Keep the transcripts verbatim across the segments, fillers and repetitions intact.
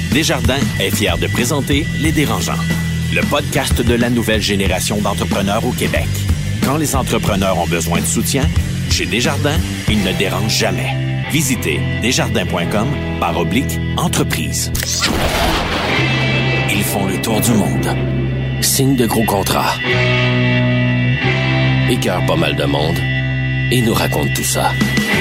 Desjardins est fier de présenter Les Dérangeants, le podcast de la nouvelle génération d'entrepreneurs au Québec. Quand les entrepreneurs ont besoin de soutien, chez Desjardins, ils ne dérangent jamais. Visitez desjardins.com par oblique entreprise. Ils font le tour du monde. Signent de gros contrats. Écœurent pas mal de monde. Et nous racontent tout ça.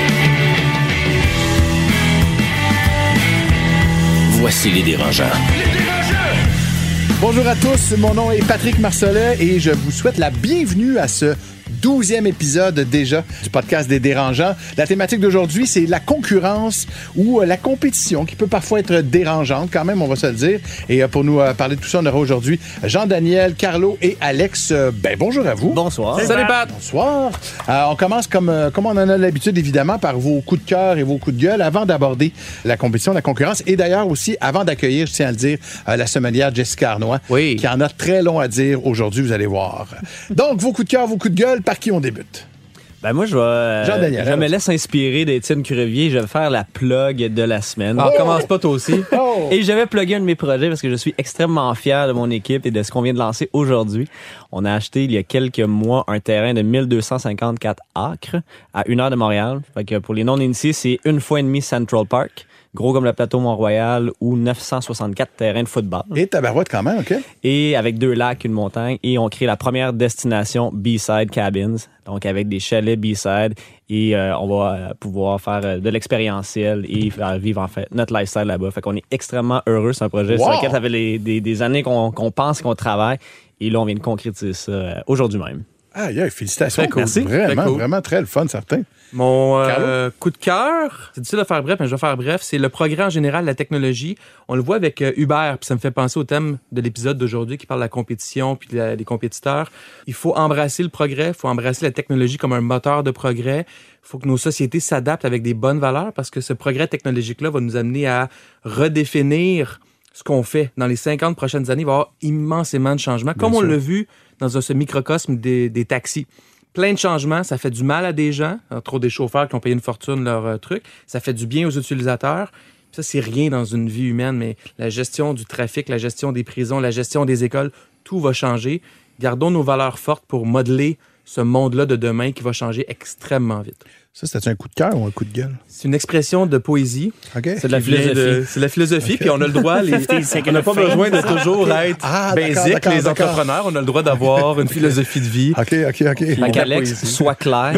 Voici Les Dérangeants. Les Dérangeants! Bonjour à tous, mon nom est Patrick Marcellet et je vous souhaite la bienvenue à ce douzième épisode déjà du podcast des Dérangeants. La thématique d'aujourd'hui, c'est la concurrence ou la compétition qui peut parfois être dérangeante quand même, on va se le dire. Et pour nous parler de tout ça, on aura aujourd'hui Jean-Daniel, Carlo et Alex. Ben bonjour à vous. Bonsoir. Salut Pat. Bonsoir. Euh, on commence comme, comme on en a l'habitude évidemment par vos coups de cœur et vos coups de gueule avant d'aborder la compétition, la concurrence et d'ailleurs aussi avant d'accueillir, je tiens à le dire, la sommelière Jessica Arnois oui. qui en a très long à dire aujourd'hui, vous allez voir. Donc vos coups de cœur, vos coups de gueule, par qui on débute? Ben moi, je vais. Euh, je me laisse inspirer d'Étienne Crevier. Je vais faire la plug de la semaine. Oh! On commence pas toi aussi. Oh! Et je vais plugger un de mes projets parce que je suis extrêmement fier de mon équipe et de ce qu'on vient de lancer aujourd'hui. On a acheté il y a quelques mois un terrain de mille deux cent cinquante-quatre acres à une heure de Montréal. Fait que pour les non-initiés, c'est une fois et demie Central Park. Gros comme le plateau Mont-Royal ou neuf cent soixante-quatre terrains de football. Et tabarouette quand même, OK. Et avec deux lacs, une montagne. Et on crée la première destination B-Side Cabins. Donc avec des chalets B-Side. Et euh, on va euh, pouvoir faire euh, de l'expérientiel et faire vivre en fait notre lifestyle là-bas. Fait qu'on est extrêmement heureux. C'est un projet wow. sur lequel ça fait les, des, des années qu'on, qu'on pense, qu'on travaille. Et là, on vient de concrétiser ça euh, aujourd'hui même. Ah, yeah, félicitations. Très cool. Merci. Vraiment, très cool. vraiment très le fun, certain. Mon euh, coup de cœur, c'est difficile de faire bref, mais je vais faire bref, c'est le progrès en général de la technologie. On le voit avec euh, Uber, puis ça me fait penser au thème de l'épisode d'aujourd'hui qui parle de la compétition puis de la, des compétiteurs. Il faut embrasser le progrès, il faut embrasser la technologie comme un moteur de progrès. Il faut que nos sociétés s'adaptent avec des bonnes valeurs parce que ce progrès technologique-là va nous amener à redéfinir ce qu'on fait. Dans les cinquante prochaines années, il va y avoir immensément de changements, Bien comme sûr. On l'a vu dans ce microcosme des, des taxis. Plein de changements, ça fait du mal à des gens, entre autres des chauffeurs qui ont payé une fortune leur euh, truc. Ça fait du bien aux utilisateurs. Ça, c'est rien dans une vie humaine, mais la gestion du trafic, la gestion des prisons, la gestion des écoles, tout va changer. Gardons nos valeurs fortes pour modeler ce monde-là de demain qui va changer extrêmement vite. Ça, c'était un coup de cœur ou un coup de gueule? C'est une expression de poésie. Okay. C'est de la philosophie. De, c'est de la philosophie, okay. Puis on a le droit... Les, on n'a pas besoin de toujours être ah, basique, d'accord, d'accord, les d'accord. entrepreneurs. On a le droit d'avoir une philosophie de vie. OK, OK, OK. Fait qu'Alex, sois clair.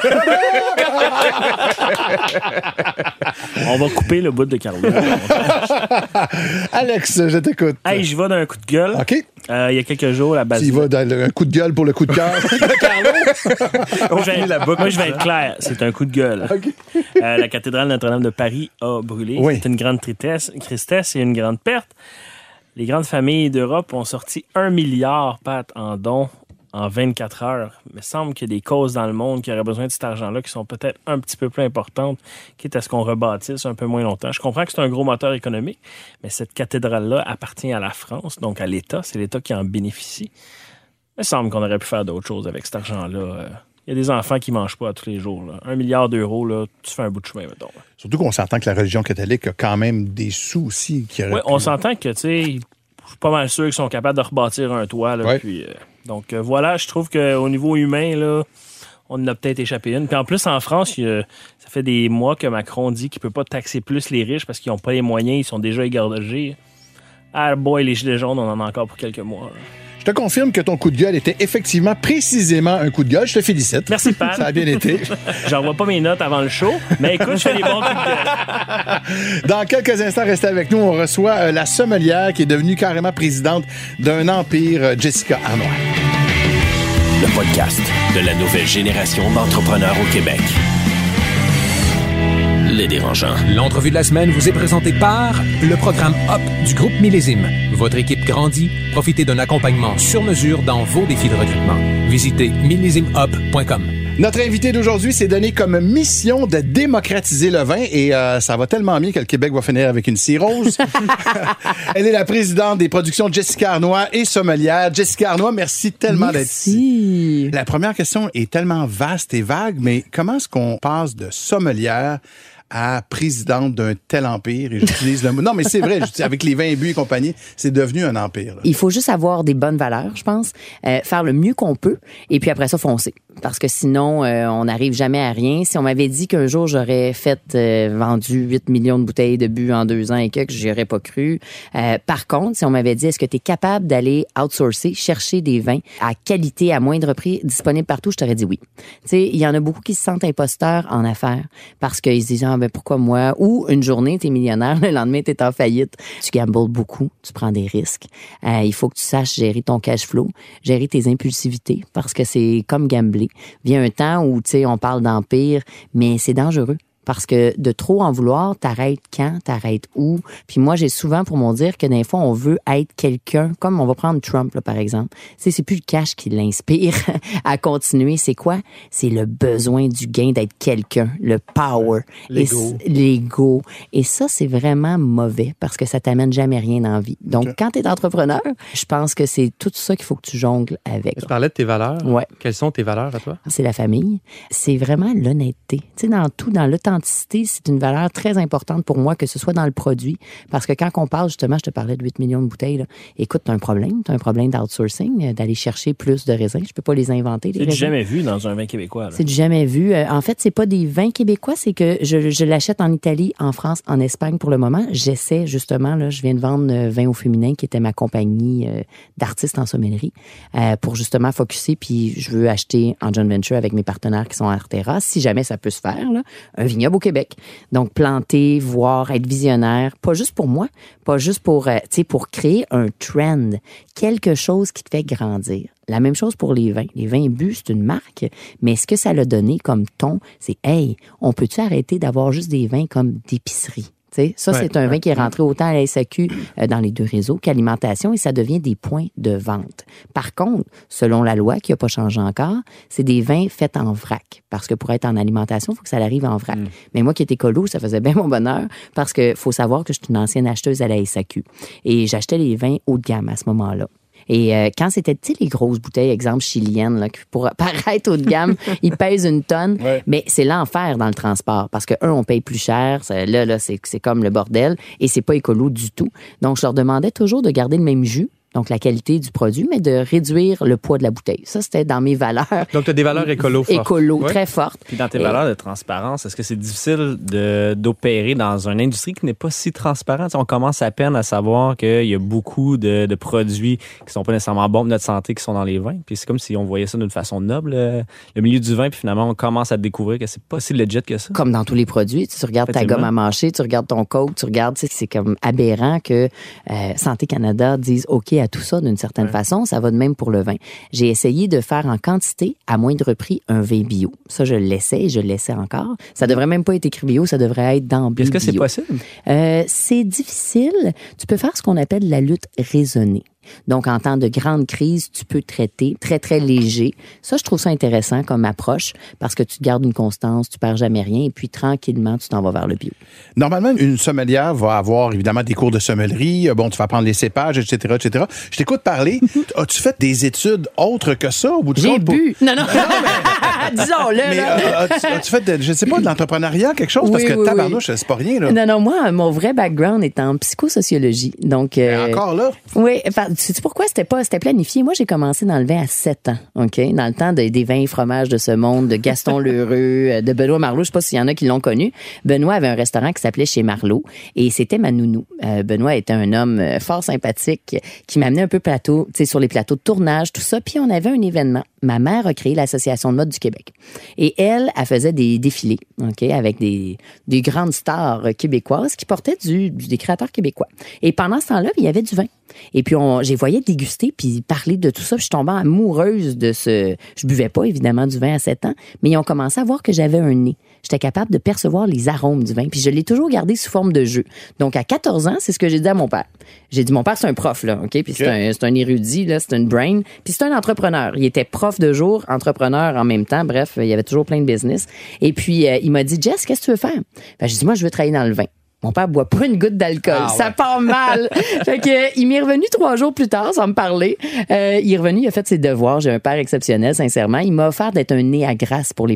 On va couper le bout de Carlo. Alex, je t'écoute. Hey, j'y vais d'un coup de gueule. OK. Euh, il y a quelques jours, la base. Tu y vas d'un coup de gueule pour le coup de cœur. moi, je vais, moi, je vais être clair. C'est un coup de gueule. Okay. Euh, la cathédrale Notre-Dame de Paris a brûlé. Oui. C'est une grande tristesse, tristesse et une grande perte. Les grandes familles d'Europe ont sorti un milliard, Pat, en dons en vingt-quatre heures. Il me semble qu'il y a des causes dans le monde qui auraient besoin de cet argent-là qui sont peut-être un petit peu plus importantes, quitte à ce qu'on rebâtisse un peu moins longtemps. Je comprends que c'est un gros moteur économique, mais cette cathédrale-là appartient à la France, donc à l'État. C'est l'État qui en bénéficie. Il me semble qu'on aurait pu faire d'autres choses avec cet argent-là. Il y a des enfants qui ne mangent pas tous les jours. Là. Un milliard d'euros, là, tu fais un bout de chemin, mettons. Surtout qu'on s'entend que la religion catholique a quand même des sous aussi. Oui, pu... on s'entend que, tu sais, je suis pas mal sûr qu'ils sont capables de rebâtir un toit. Là, ouais. puis, euh, donc, euh, voilà, je trouve qu'au niveau humain, là, on en a peut-être échappé une. Puis en plus, en France, il, ça fait des mois que Macron dit qu'il ne peut pas taxer plus les riches parce qu'ils n'ont pas les moyens, ils sont déjà égorgés. Ah boy, les gilets jaunes, on en a encore pour quelques mois. Là. Je te confirme que ton coup de gueule était effectivement précisément un coup de gueule. Je te félicite. Merci, Pat. Ça a bien été. J'envoie pas mes notes avant le show, mais écoute, je fais des bons coups de gueule. Dans quelques instants, restez avec nous. On reçoit euh, la sommelière qui est devenue carrément présidente d'un empire, euh, Jessica Arnois. Le podcast de la nouvelle génération d'entrepreneurs au Québec. Les Dérangeants. L'entrevue de la semaine vous est présentée par le programme Hop du groupe Millésime. Votre équipe grandit. Profitez d'un accompagnement sur mesure dans vos défis de recrutement. Visitez millésime hop point com. Notre invité d'aujourd'hui s'est donné comme mission de démocratiser le vin et euh, ça va tellement bien que le Québec va finir avec une cirrhose. Elle est la présidente des productions Jessica Arnois et sommelière. Jessica Arnois, merci tellement merci. d'être ici. La première question est tellement vaste et vague, mais comment est-ce qu'on passe de sommelière à présidente d'un tel empire. Et j'utilise le mot. Non, mais c'est vrai, je dis, avec les vins bu et compagnie, c'est devenu un empire. Là. Il faut juste avoir des bonnes valeurs, je pense, euh, faire le mieux qu'on peut, et puis après ça, foncer. Parce que sinon, euh, on n'arrive jamais à rien. Si on m'avait dit qu'un jour, j'aurais fait, euh, vendu huit millions de bouteilles de bu en deux ans et que j'y aurais pas cru. Euh, par contre, si on m'avait dit, est-ce que tu es capable d'aller outsourcer, chercher des vins à qualité, à moindre prix, disponibles partout, je t'aurais dit oui. Tu sais, il y en a beaucoup qui se sentent imposteurs en affaires parce qu'ils se disent, ah, ben pourquoi moi? Ou une journée, t'es millionnaire, le lendemain, t'es en faillite. Tu gambles beaucoup, tu prends des risques. Euh, il faut que tu saches gérer ton cash flow, gérer tes impulsivités parce que c'est comme gambler. Vient un temps où, tu sais, on parle d'empire, mais c'est dangereux. Parce que de trop en vouloir, t'arrêtes quand, t'arrêtes où. Puis moi, j'ai souvent pour m'en dire que des fois, on veut être quelqu'un, comme on va prendre Trump, là, par exemple. C'est, c'est plus le cash qui l'inspire à continuer. C'est quoi? C'est le besoin du gain d'être quelqu'un, le power. L'ego. Et l'ego. Et ça, c'est vraiment mauvais parce que ça t'amène jamais rien dans la vie. Donc, okay. Quand t'es entrepreneur, je pense que c'est tout ça qu'il faut que tu jongles avec. Tu parlais de tes valeurs. Ouais. Quelles sont tes valeurs à toi? C'est la famille. C'est vraiment l'honnêteté. Tu sais, dans tout, dans l'authenticité, c'est une valeur très importante pour moi, que ce soit dans le produit. Parce que quand on parle, justement, je te parlais de huit millions de bouteilles, là, écoute, tu as un problème. Tu as un problème d'outsourcing, d'aller chercher plus de raisins. Je peux pas les inventer, les C'est raisins. du jamais vu dans un vin québécois. Là. C'est du jamais vu. Euh, en fait, c'est pas des vins québécois, c'est que je, je l'achète en Italie, en France, en Espagne pour le moment. J'essaie, justement, là, je viens de vendre euh, Vin au féminin, qui était ma compagnie euh, d'artistes en sommellerie, euh, pour justement focusser. Puis je veux acheter en joint venture avec mes partenaires qui sont à Artera, si jamais ça peut se faire, là, un vignoble au Québec. Donc, planter, voir, être visionnaire, pas juste pour moi, pas juste pour, euh, tu sais, pour créer un trend, quelque chose qui te fait grandir. La même chose pour les vins. Les vins bu, c'est une marque, mais ce que ça l'a donné comme ton, c'est, hey, on peut-tu arrêter d'avoir juste des vins comme d'épicerie? T'sais, ça, ouais, c'est un vin ouais. qui est rentré autant à la S A Q euh, dans les deux réseaux qu'alimentation, et ça devient des points de vente. Par contre, selon la loi, qui n'a pas changé encore, c'est des vins faits en vrac. Parce que pour être en alimentation, il faut que ça arrive en vrac. Mm. Mais moi qui étais écolo, ça faisait bien mon bonheur parce que faut savoir que je suis une ancienne acheteuse à la S A Q. Et j'achetais les vins haut de gamme à ce moment-là. Et euh, quand c'était, tu sais, les grosses bouteilles, exemple chiliennes, là, qui pour paraître haut de gamme, ils pèsent une tonne. Ouais. Mais c'est l'enfer dans le transport parce que, un, on paye plus cher. Là, là, c'est, c'est comme le bordel et c'est pas écolo du tout. Donc, je leur demandais toujours de garder le même jus. Donc, la qualité du produit, mais de réduire le poids de la bouteille. Ça, c'était dans mes valeurs. Donc, tu as des valeurs écolo fortes. Écolo, ouais. très fortes. Puis dans tes Et... valeurs de transparence, est-ce que c'est difficile de, d'opérer dans une industrie qui n'est pas si transparente? On commence à peine à savoir qu'il y a beaucoup de, de produits qui sont pas nécessairement bons pour notre santé qui sont dans les vins. Puis c'est comme si on voyait ça d'une façon noble, le milieu du vin, puis finalement, on commence à découvrir que c'est pas si legit que ça. Comme dans tous les produits. Tu regardes ta gomme à mâcher, tu regardes ton Coke, tu regardes, tu sais, c'est comme aberrant que euh, Santé Canada dise OK à tout ça d'une certaine ouais. façon. Ça va de même pour le vin. J'ai essayé de faire en quantité, à moindre prix, un vin bio. Ça, je l'essaie et je l'essaie encore. Ça devrait même pas être écrit bio, ça devrait être dans bio. Est-ce que c'est possible? Euh, c'est difficile. Tu peux faire ce qu'on appelle la lutte raisonnée. Donc, en temps de grande crise, tu peux traiter très, très léger. Ça, je trouve ça intéressant comme approche parce que tu te gardes une constance, tu perds jamais rien et puis tranquillement, tu t'en vas vers le bio. Normalement, une sommelière va avoir évidemment des cours de sommellerie. Bon, tu vas prendre les cépages, et cetera, et cetera. Je t'écoute parler. As-tu fait des études autres que ça au bout de J'ai bu. Pour... Non, non. Disons-le. Mais euh, as-tu, as-tu fait, de, je sais pas, de l'entrepreneuriat, quelque chose? Oui, parce que oui, tabarnouche, oui. c'est pas rien, là. Non, non, moi, mon vrai background est en psychosociologie. Donc, euh, encore là? Oui. Sais-tu pourquoi c'était pas, c'était planifié? Moi, j'ai commencé dans le vin à sept ans, OK? Dans le temps de, des vins et fromages de ce monde, de Gaston Lheureux, de Benoît Marleau. Je sais pas s'il y en a qui l'ont connu. Benoît avait un restaurant qui s'appelait Chez Marleau et c'était ma nounou. Euh, Benoît était un homme fort sympathique qui m'amenait un peu plateau, tu sais, sur les plateaux de tournage, tout ça. Puis on avait un événement. Ma mère a créé l'Association de mode du Québec. Et elle, elle faisait des défilés, OK, avec des, des grandes stars québécoises qui portaient du, du, des créateurs québécois. Et pendant ce temps-là, il y avait du vin. Et puis, on, j'ai voyé déguster puis parler de tout ça. Puis je suis tombée amoureuse de ce... Je buvais pas, évidemment, du vin à sept ans, mais ils ont commencé à voir que j'avais un nez. J'étais capable de percevoir les arômes du vin. Puis je l'ai toujours gardé sous forme de jeu. Donc, à quatorze ans, c'est ce que j'ai dit à mon père. J'ai dit, mon père, c'est un prof, là, OK? Puis okay. c'est, un, c'est un érudit, là, c'est une brain. Puis c'est un entrepreneur. Il était prof de jour, entrepreneur en même temps. Bref, il y avait toujours plein de business. Et puis, euh, il m'a dit, Jess, qu'est-ce que tu veux faire? Ben, j'ai dit, moi, je veux travailler dans le vin. Mon père boit pas une goutte d'alcool. Ah, ouais. Ça part mal. Fait que, euh, il m'est revenu trois jours plus tard sans me parler. Euh, il est revenu, il a fait ses devoirs. J'ai un père exceptionnel, sincèrement. Il m'a offert d'être un nez à grasse pour les parfums.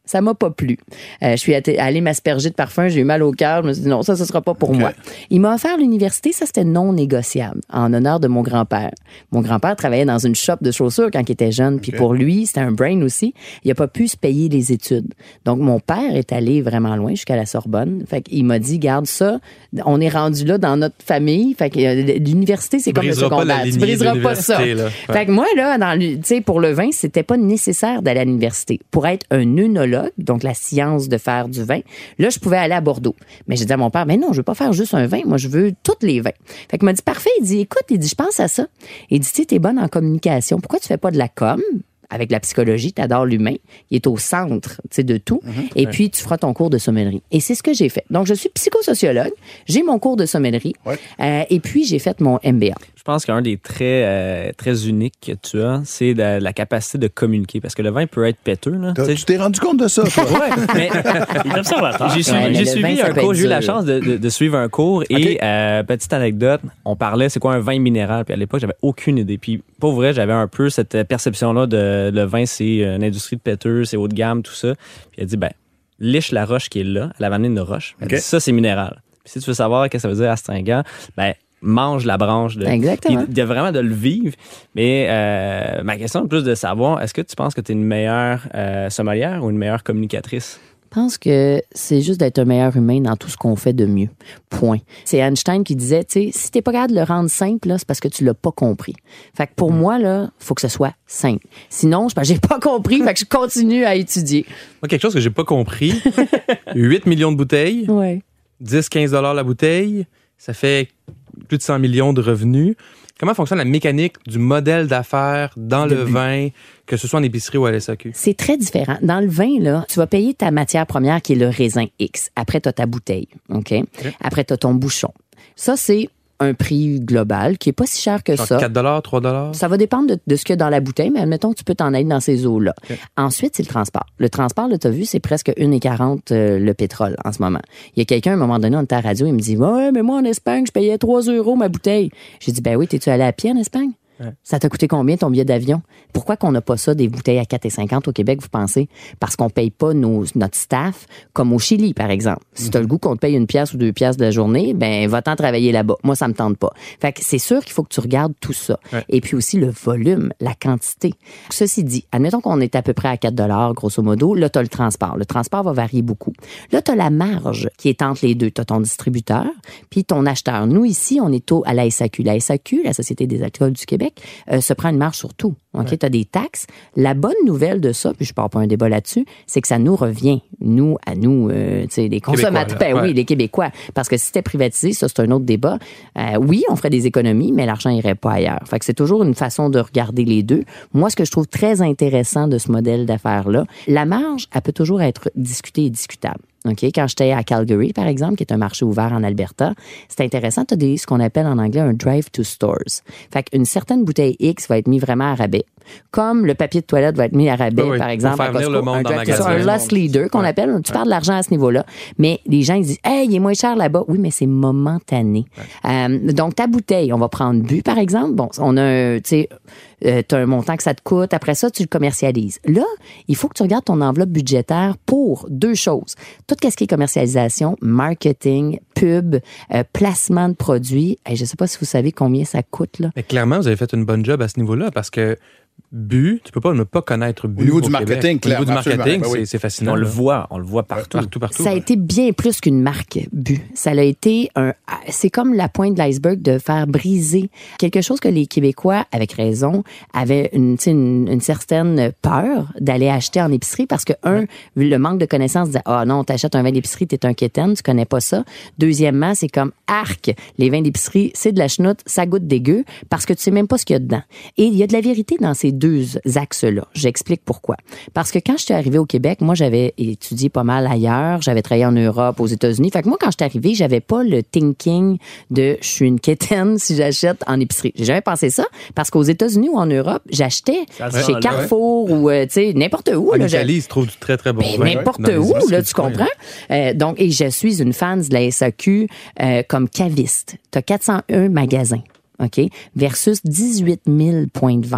Ça m'a pas plu. Euh, je suis allée m'asperger de parfum, j'ai eu mal au cœur. Je me suis dit non, ça, ce sera pas pour okay. moi. Il m'a offert l'université, ça, c'était non négociable, en honneur de mon grand-père. Mon grand-père travaillait dans une shop de chaussures quand il était jeune, puis okay. pour lui, c'était un brain aussi. Il a pas pu se payer les études. Donc, mon père est allé vraiment loin, jusqu'à la Sorbonne. Fait qu'il m'a dit, garde ça, on est rendu là dans notre famille. Fait que euh, l'université, c'est comme le secondaire. Tu briseras pas ça. Là. Ouais. Fait que moi, là, dans, tu sais, pour le vin, c'était pas nécessaire d'aller à l'université. Pour être un œnologue, donc la science de faire du vin, là, je pouvais aller à Bordeaux. Mais j'ai dit à mon père, mais non, je veux pas faire juste un vin, moi, je veux tous les vins. Fait qu'il m'a dit, parfait, il dit, écoute, il dit, je pense à ça. Il dit, tu sais, t'es bonne en communication, pourquoi tu fais pas de la com'? Avec la psychologie, t'adores l'humain, il est au centre, tu sais, de tout. Mm-hmm. Et ouais. puis, tu feras ton cours de sommellerie. Et c'est ce que j'ai fait. Donc, je suis psychosociologue, j'ai mon cours de sommellerie, ouais. euh, et puis j'ai fait mon M B A. Je pense qu'un des traits euh, très uniques que tu as, c'est de, la capacité de communiquer. Parce que le vin peut être péteux. Là. Tu t'es rendu compte de ça, toi? Oui, mais il est observateur. J'ai suivi, ouais, j'ai suivi vin, un cours, j'ai eu la chance de, de, de suivre un cours. Okay. Et, euh, petite anecdote, on parlait, c'est quoi un vin minéral? Puis à l'époque, j'avais aucune idée. Puis, pour vrai, j'avais un peu cette perception-là de le vin, c'est une industrie de péteux, c'est haut de gamme, tout ça. Puis elle dit, ben, liche la roche qui est là. Elle avait amené une roche. Elle okay. dit, ça, c'est minéral. Puis si tu veux savoir qu'est-ce que ça veut dire astringent, ben, mange la branche. De, Exactement. Il y a vraiment de le vivre. Mais euh, ma question est plus de savoir, est-ce que tu penses que tu es une meilleure euh, sommelière ou une meilleure communicatrice? Je pense que c'est juste d'être un meilleur humain dans tout ce qu'on fait de mieux. Point. C'est Einstein qui disait, tu sais, si t'es pas capable de le rendre simple, là, c'est parce que tu l'as pas compris. Fait que pour mmh. moi, là, faut que ce soit simple. Sinon, je j'ai pas compris, fait que je continue à étudier. Moi, quelque chose que j'ai pas compris, huit millions de bouteilles, ouais. dix à quinze dollars la bouteille, ça fait plus de cent millions de revenus. Comment fonctionne la mécanique du modèle d'affaires dans de le but. Vin, que ce soit en épicerie ou à l'S A Q? C'est très différent. Dans le vin, là, tu vas payer ta matière première qui est le raisin X. Après, tu as ta bouteille. OK? okay. Après, tu as ton bouchon. Ça, c'est un prix global qui est pas si cher que genre ça. quatre dollars, trois dollars? Ça va dépendre de, de ce qu'il y a dans la bouteille, mais admettons que tu peux t'en aller dans ces eaux-là. Okay. Ensuite, c'est le transport. Le transport, là, tu as vu, c'est presque un euro quarante euh, le pétrole en ce moment. Il y a quelqu'un, à un moment donné, on était à la radio, il me dit « Ouais, mais moi, en Espagne, je payais trois euros ma bouteille. » J'ai dit « Ben oui, t'es-tu allé à pied en Espagne? » Ouais. Ça t'a coûté combien ton billet d'avion? Pourquoi qu'on n'a pas ça, des bouteilles à quatre cinquante au Québec, vous pensez? Parce qu'on paye pas nos, notre staff comme au Chili, par exemple. Si mm-hmm. t'as le goût qu'on te paye une pièce ou deux pièces de la journée, ben va-t'en travailler là-bas. Moi, ça me tente pas. Fait que c'est sûr qu'il faut que tu regardes tout ça. Ouais. Et puis aussi le volume, la quantité. Ceci dit, admettons qu'on est à peu près à quatre dollars, grosso modo. Là, t'as le transport. Le transport va varier beaucoup. Là, t'as la marge qui est entre les deux. T'as ton distributeur puis ton acheteur. Nous, ici, on est au, à la S A Q. La S A Q, la Société des alcools du Québec, Euh, se prend une marge sur tout. OK? Ouais. Tu as des taxes. La bonne nouvelle de ça, puis je pars pas un débat là-dessus, c'est que ça nous revient, nous, à nous, euh, tu sais, les consommateurs. Ben ouais. Oui, les Québécois. Parce que si c'était privatisé, ça, c'est un autre débat. Euh, oui, on ferait des économies, mais l'argent irait pas ailleurs. Fait que c'est toujours une façon de regarder les deux. Moi, ce que je trouve très intéressant de ce modèle d'affaires-là, la marge, elle peut toujours être discutée et discutable. OK? Quand j'étais à Calgary, par exemple, qui est un marché ouvert en Alberta, c'est intéressant. Tu as des, ce qu'on appelle en anglais un drive to stores. Fait qu'une certaine bouteille X va être mise vraiment à rabais. Comme le papier de toilette va être mis à rabais, oui, par exemple. Pour faire venir le monde un, dans magasin. Un loss leader qu'on ouais. appelle. Tu ouais. parles de l'argent à ce niveau-là. Mais les gens, ils disent, hey, il est moins cher là-bas. Oui, mais c'est momentané. Ouais. Euh, donc, ta bouteille, on va prendre bu, par exemple. Bon, on a un, tu sais, euh, t'as un montant que ça te coûte. Après ça, tu le commercialises. Là, il faut que tu regardes ton enveloppe budgétaire pour deux choses. Tout ce qui est commercialisation, marketing, pub, euh, placement de produits. Hey, je sais pas si vous savez combien ça coûte, là. Mais clairement, vous avez fait une bonne job à ce niveau-là parce que Bu, tu peux pas ne pas connaître Bu. Au niveau au du Québec. marketing, clairement. Au niveau du marketing, ben oui. c'est, c'est fascinant. On le voit, on le voit partout. Partout, partout. Ça a ouais. été bien plus qu'une marque Bu. Ça a été un, c'est comme la pointe de l'iceberg de faire briser quelque chose que les Québécois, avec raison, avaient une, une, une certaine peur d'aller acheter en épicerie parce que, un, ouais. le manque de connaissances disait, ah non, t'achètes un vin d'épicerie, t'es un quétaine, tu connais pas ça. Deuxièmement, c'est comme arc. Les vins d'épicerie, c'est de la chenoute, ça goûte dégueu parce que tu sais même pas ce qu'il y a dedans. Et il y a de la vérité dans ces deux axes-là. J'explique pourquoi. Parce que quand j'étais arrivée au Québec, moi, j'avais étudié pas mal ailleurs. J'avais travaillé en Europe, aux États-Unis. Fait que moi, quand j'étais arrivée, j'avais pas le thinking de je suis une quétaine si j'achète en épicerie. J'ai jamais pensé ça parce qu'aux États-Unis ou en Europe, j'achetais chez Carrefour ouais. ou, euh, tu sais, n'importe où. En là, Italie, il se trouve du très, très bon ben, vin. N'importe où, là, tu comprends? Euh, donc, et je suis une fan de la S A Q euh, comme caviste. Tu as quatre cent un magasins, OK? Versus dix-huit mille points de vente.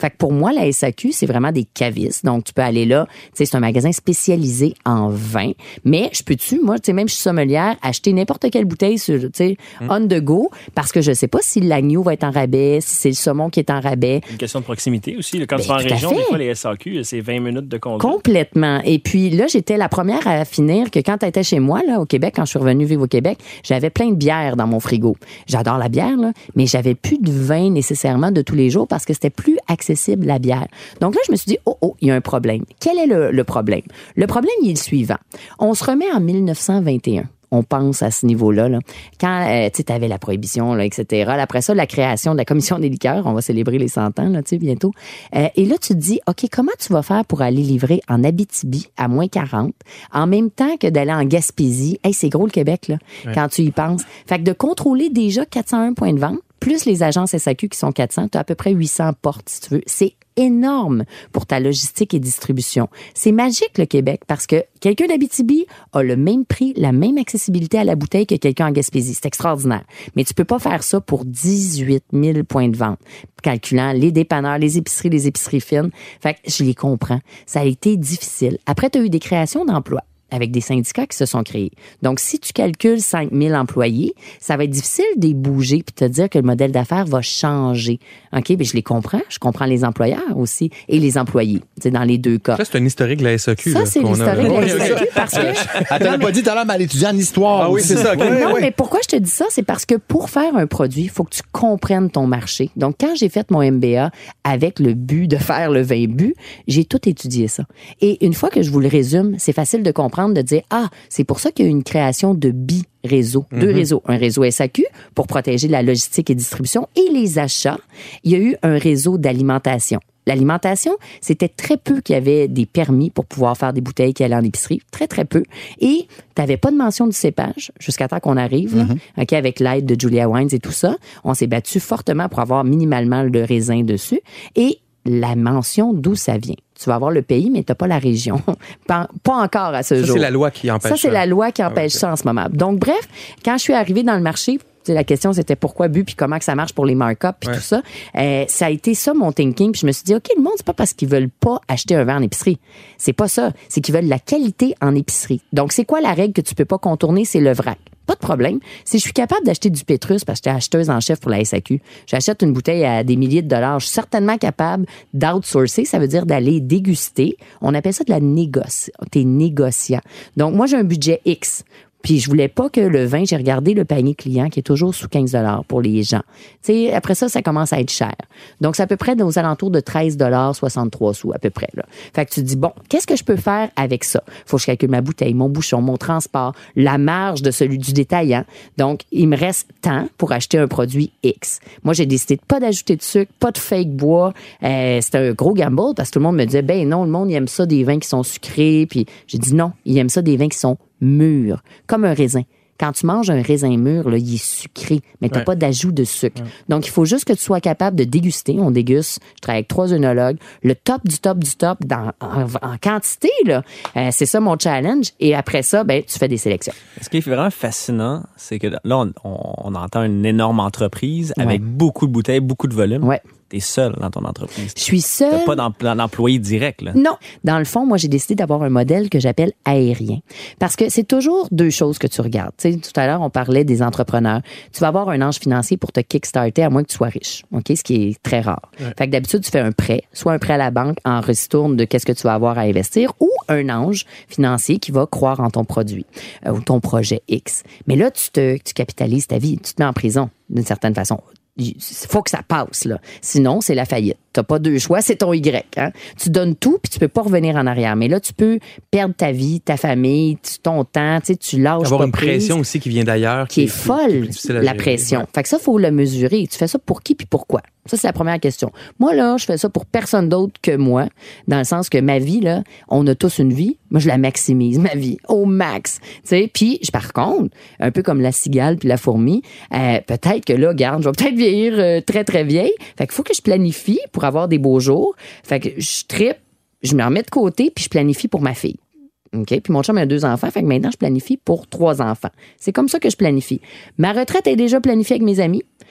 Fait que pour moi, la S A Q, c'est vraiment des cavistes. Donc, tu peux aller là. Tu sais, c'est un magasin spécialisé en vin. Mais je peux-tu, moi, tu sais, même je suis sommelière, acheter n'importe quelle bouteille sur, tu sais, mm. on the go, parce que je sais pas si l'agneau va être en rabais, si c'est le saumon qui est en rabais. Une question de proximité aussi. Quand ben, tu vas en région, fait. des fois, les S A Q, c'est vingt minutes de conduite. Complètement. Et puis là, j'étais la première à finir que quand tu étais chez moi, là, au Québec, quand je suis revenue vivre au Québec, j'avais plein de bières dans mon frigo. J'adore la bière, là, mais j'avais plus de vin nécessairement de tous les jours parce que c'était plus accessible, la bière. Donc là, je me suis dit, oh, oh, il y a un problème. Quel est le, le problème? Le problème, il est le suivant. On se remet en mille neuf cent vingt et un. On pense à ce niveau-là. Là. Quand euh, tu avais la prohibition, là, et cetera. Après ça, la création de la Commission des liqueurs, on va célébrer les cent ans là, bientôt. Euh, et là, tu te dis, OK, comment tu vas faire pour aller livrer en Abitibi à moins quarante, en même temps que d'aller en Gaspésie? Hey, c'est gros le Québec, là, ouais. quand tu y penses. Fait que de contrôler déjà quatre cent un points de vente, plus les agences S A Q qui sont quatre cents, tu as à peu près huit cents portes, si tu veux. C'est énorme pour ta logistique et distribution. C'est magique, le Québec, parce que quelqu'un d'Abitibi a le même prix, la même accessibilité à la bouteille que quelqu'un en Gaspésie. C'est extraordinaire. Mais tu peux pas faire ça pour dix-huit mille points de vente, calculant les dépanneurs, les épiceries, les épiceries fines. Fait que je les comprends. Ça a été difficile. Après, tu as eu des créations d'emplois avec des syndicats qui se sont créés. Donc, si tu calcules cinq mille employés, ça va être difficile de les bouger puis te dire que le modèle d'affaires va changer. OK, bien, je les comprends. Je comprends les employeurs aussi et les employés, tu sais, dans les deux cas. Ça, c'est un historique de la S A Q. Ça, là, c'est qu'on l'historique a... de la S A Q parce que... Elle t'avait pas dit tout à l'heure, mais elle étudie en histoire. Ah oui, c'est ça. Okay. Non, ouais. mais pourquoi je te dis ça? C'est parce que pour faire un produit, il faut que tu comprennes ton marché. Donc, quand j'ai fait mon M B A avec le but de faire le vin bu, j'ai tout étudié ça. Et une fois que je vous le résume, c'est facile de comprendre, de dire, ah, c'est pour ça qu'il y a eu une création de bi-réseaux. Mm-hmm. Deux réseaux. Un réseau S A Q pour protéger la logistique et distribution et les achats. Il y a eu un réseau d'alimentation. L'alimentation, c'était très peu qu'il y avait des permis pour pouvoir faire des bouteilles qui allaient en épicerie. Très, très peu. Et tu n'avais pas de mention du cépage jusqu'à temps qu'on arrive, là, mm-hmm. okay, avec l'aide de Julia Wines et tout ça. On s'est battu fortement pour avoir minimalement le raisin dessus. Et la mention d'où ça vient. Tu vas avoir le pays, mais tu n'as pas la région. pas, pas encore à ce ça, jour. Ça, c'est la loi qui empêche ça. Ça, c'est la loi qui empêche ah, okay. ça en ce moment. Donc, bref, quand je suis arrivée dans le marché, la question, c'était pourquoi bu, puis comment que ça marche pour les markups, puis ouais. tout ça. Euh, ça a été ça, mon thinking. Puis je me suis dit, OK, le monde, c'est pas parce qu'ils veulent pas acheter un verre en épicerie. C'est pas ça. C'est qu'ils veulent la qualité en épicerie. Donc, c'est quoi la règle que tu peux pas contourner? C'est le vrac. Pas de problème. Si je suis capable d'acheter du Pétrus parce que j'étais acheteuse en chef pour la S A Q, j'achète une bouteille à des milliers de dollars, je suis certainement capable d'outsourcer, ça veut dire d'aller déguster. On appelle ça de la négoce. T'es négociant. Donc, moi, j'ai un budget X. Puis je voulais pas que le vin, j'ai regardé le panier client qui est toujours sous quinze dollars pour les gens. Tu sais, après ça, ça commence à être cher. Donc, c'est à peu près aux alentours de treize dollars soixante-trois sous à peu près, là. Fait que tu te dis, bon, qu'est-ce que je peux faire avec ça? Faut que je calcule ma bouteille, mon bouchon, mon transport, la marge de celui du détaillant. Donc, il me reste tant pour acheter un produit X. Moi, j'ai décidé de pas d'ajouter de sucre, pas de fake bois. Euh, c'était un gros gamble parce que tout le monde me disait, ben non, le monde, il aime ça des vins qui sont sucrés. Puis j'ai dit non, il aime ça des vins qui sont mûr, comme un raisin. Quand tu manges un raisin mûr, là, il est sucré, mais tu n'as ouais. pas d'ajout de sucre. Ouais. Donc, il faut juste que tu sois capable de déguster. On déguste. Je travaille avec trois œnologues. Le top du top du top dans, en, en quantité, là. Euh, c'est ça mon challenge. Et après ça, ben, tu fais des sélections. Ce qui est vraiment fascinant, c'est que là, on, on, on entend une énorme entreprise avec ouais. beaucoup de bouteilles, beaucoup de volume. Ouais. T'es seule dans ton entreprise. Je suis seule. T'as pas d'employé direct, là. Non. Dans le fond, moi, j'ai décidé d'avoir un modèle que j'appelle aérien. Parce que c'est toujours deux choses que tu regardes. Tu sais, tout à l'heure, on parlait des entrepreneurs. Tu vas avoir un ange financier pour te kickstarter à moins que tu sois riche. OK? Ce qui est très rare. Ouais. Fait que d'habitude, tu fais un prêt, soit un prêt à la banque en ristourne de qu'est-ce que tu vas avoir à investir, ou un ange financier qui va croire en ton produit euh, ou ton projet X. Mais là, tu te, tu capitalises ta vie. Tu te mets en prison, d'une certaine façon. Il faut que ça passe, là. Sinon, c'est la faillite. T'as pas deux choix, c'est ton Y. Hein? Tu donnes tout, puis tu peux pas revenir en arrière. Mais là, tu peux perdre ta vie, ta famille, ton temps, tu sais, tu lâches avoir pas une prise, pression aussi qui vient d'ailleurs. Qui, qui est folle, qui est la pression. Ouais. Fait que ça, faut le mesurer. Tu fais ça pour qui puis pourquoi? Ça, c'est la première question. Moi, là, je fais ça pour personne d'autre que moi, dans le sens que ma vie, là, on a tous une vie. Moi, je la maximise, ma vie, au max. Tu sais, puis, par contre, un peu comme la cigale puis la fourmi, euh, peut-être que là, garde, je vais peut-être vieillir euh, très, très vieille. Fait qu'il faut que je planifie pour avoir des beaux jours. Fait que je trippe, je me remets de côté, puis je planifie pour ma fille. OK? Puis mon chum a deux enfants, fait que maintenant, je planifie pour trois enfants. C'est comme ça que je planifie. Ma retraite est déjà planifiée avec mes amis.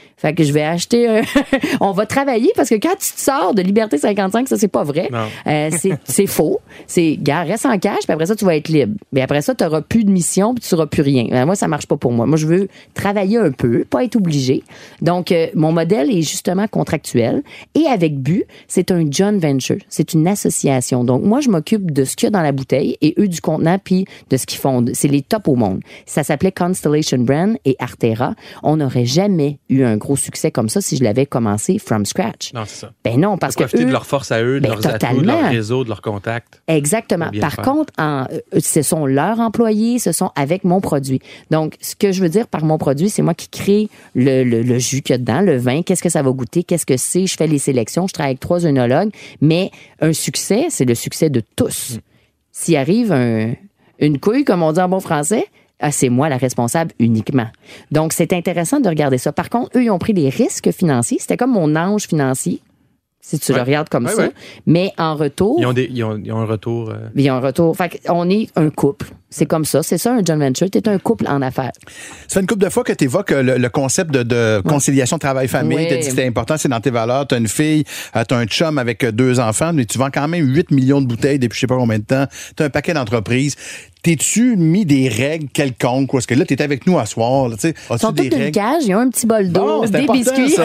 Fait que je vais acheter un... On va travailler parce que quand tu te sors de Liberté cinquante-cinq, ça, c'est pas vrai. Euh, c'est, c'est faux. C'est, gars, reste en cash, puis après ça, tu vas être libre. Mais après ça, tu n'auras plus de mission, puis tu n'auras plus rien. Ben, moi, ça marche pas pour moi. Moi, je veux travailler un peu, pas être obligé. Donc, euh, mon modèle est justement contractuel. Et avec but, c'est un joint venture. C'est une association. Donc, moi, je m'occupe de ce qu'il y a dans la bouteille et eux du contenant, puis de ce qu'ils font. C'est les tops au monde. Ça s'appelait Constellation Brand et Artera. On n'aurait jamais eu un gros succès comme ça si je l'avais commencé from scratch. Non, c'est ça. Ben non, parce que profiter eux, de leur force à eux, de ben, leurs totalement. atouts, de leur réseau, de leurs contacts. Exactement. Par faire. contre, en, euh, ce sont leurs employés, ce sont avec mon produit. Donc, ce que je veux dire par mon produit, c'est moi qui crée le, le, le jus qu'il y a dedans, le vin, qu'est-ce que ça va goûter, qu'est-ce que c'est, je fais les sélections, je travaille avec trois œnologues, mais un succès, c'est le succès de tous. Mm. S'il arrive un, une couille, comme on dit en bon français, ah, c'est moi la responsable uniquement. Donc, c'est intéressant de regarder ça. Par contre, eux, ils ont pris des risques financiers. C'était comme mon ange financier, si tu ouais. le regardes comme ouais, ça. Ouais. Mais en retour... Ils ont, des, ils ont, ils ont un retour... Euh... Ils ont un retour. Fait qu'on est un couple. C'est comme ça. C'est ça, un joint venture. Tu es un couple en affaires. Ça fait une couple de fois que tu évoques le, le concept de, de conciliation travail-famille. Oui. Tu as dit que c'était important, c'est dans tes valeurs. Tu as une fille, tu as un chum avec deux enfants, mais tu vends quand même huit millions de bouteilles depuis je sais pas combien de temps. Tu as un paquet d'entreprises. T'es-tu mis des règles quelconques? Parce que là, t'es avec nous à soir. Là, Ils sont toutes une cage, ils ont un petit bol d'eau, bon, des biscuits. Ça.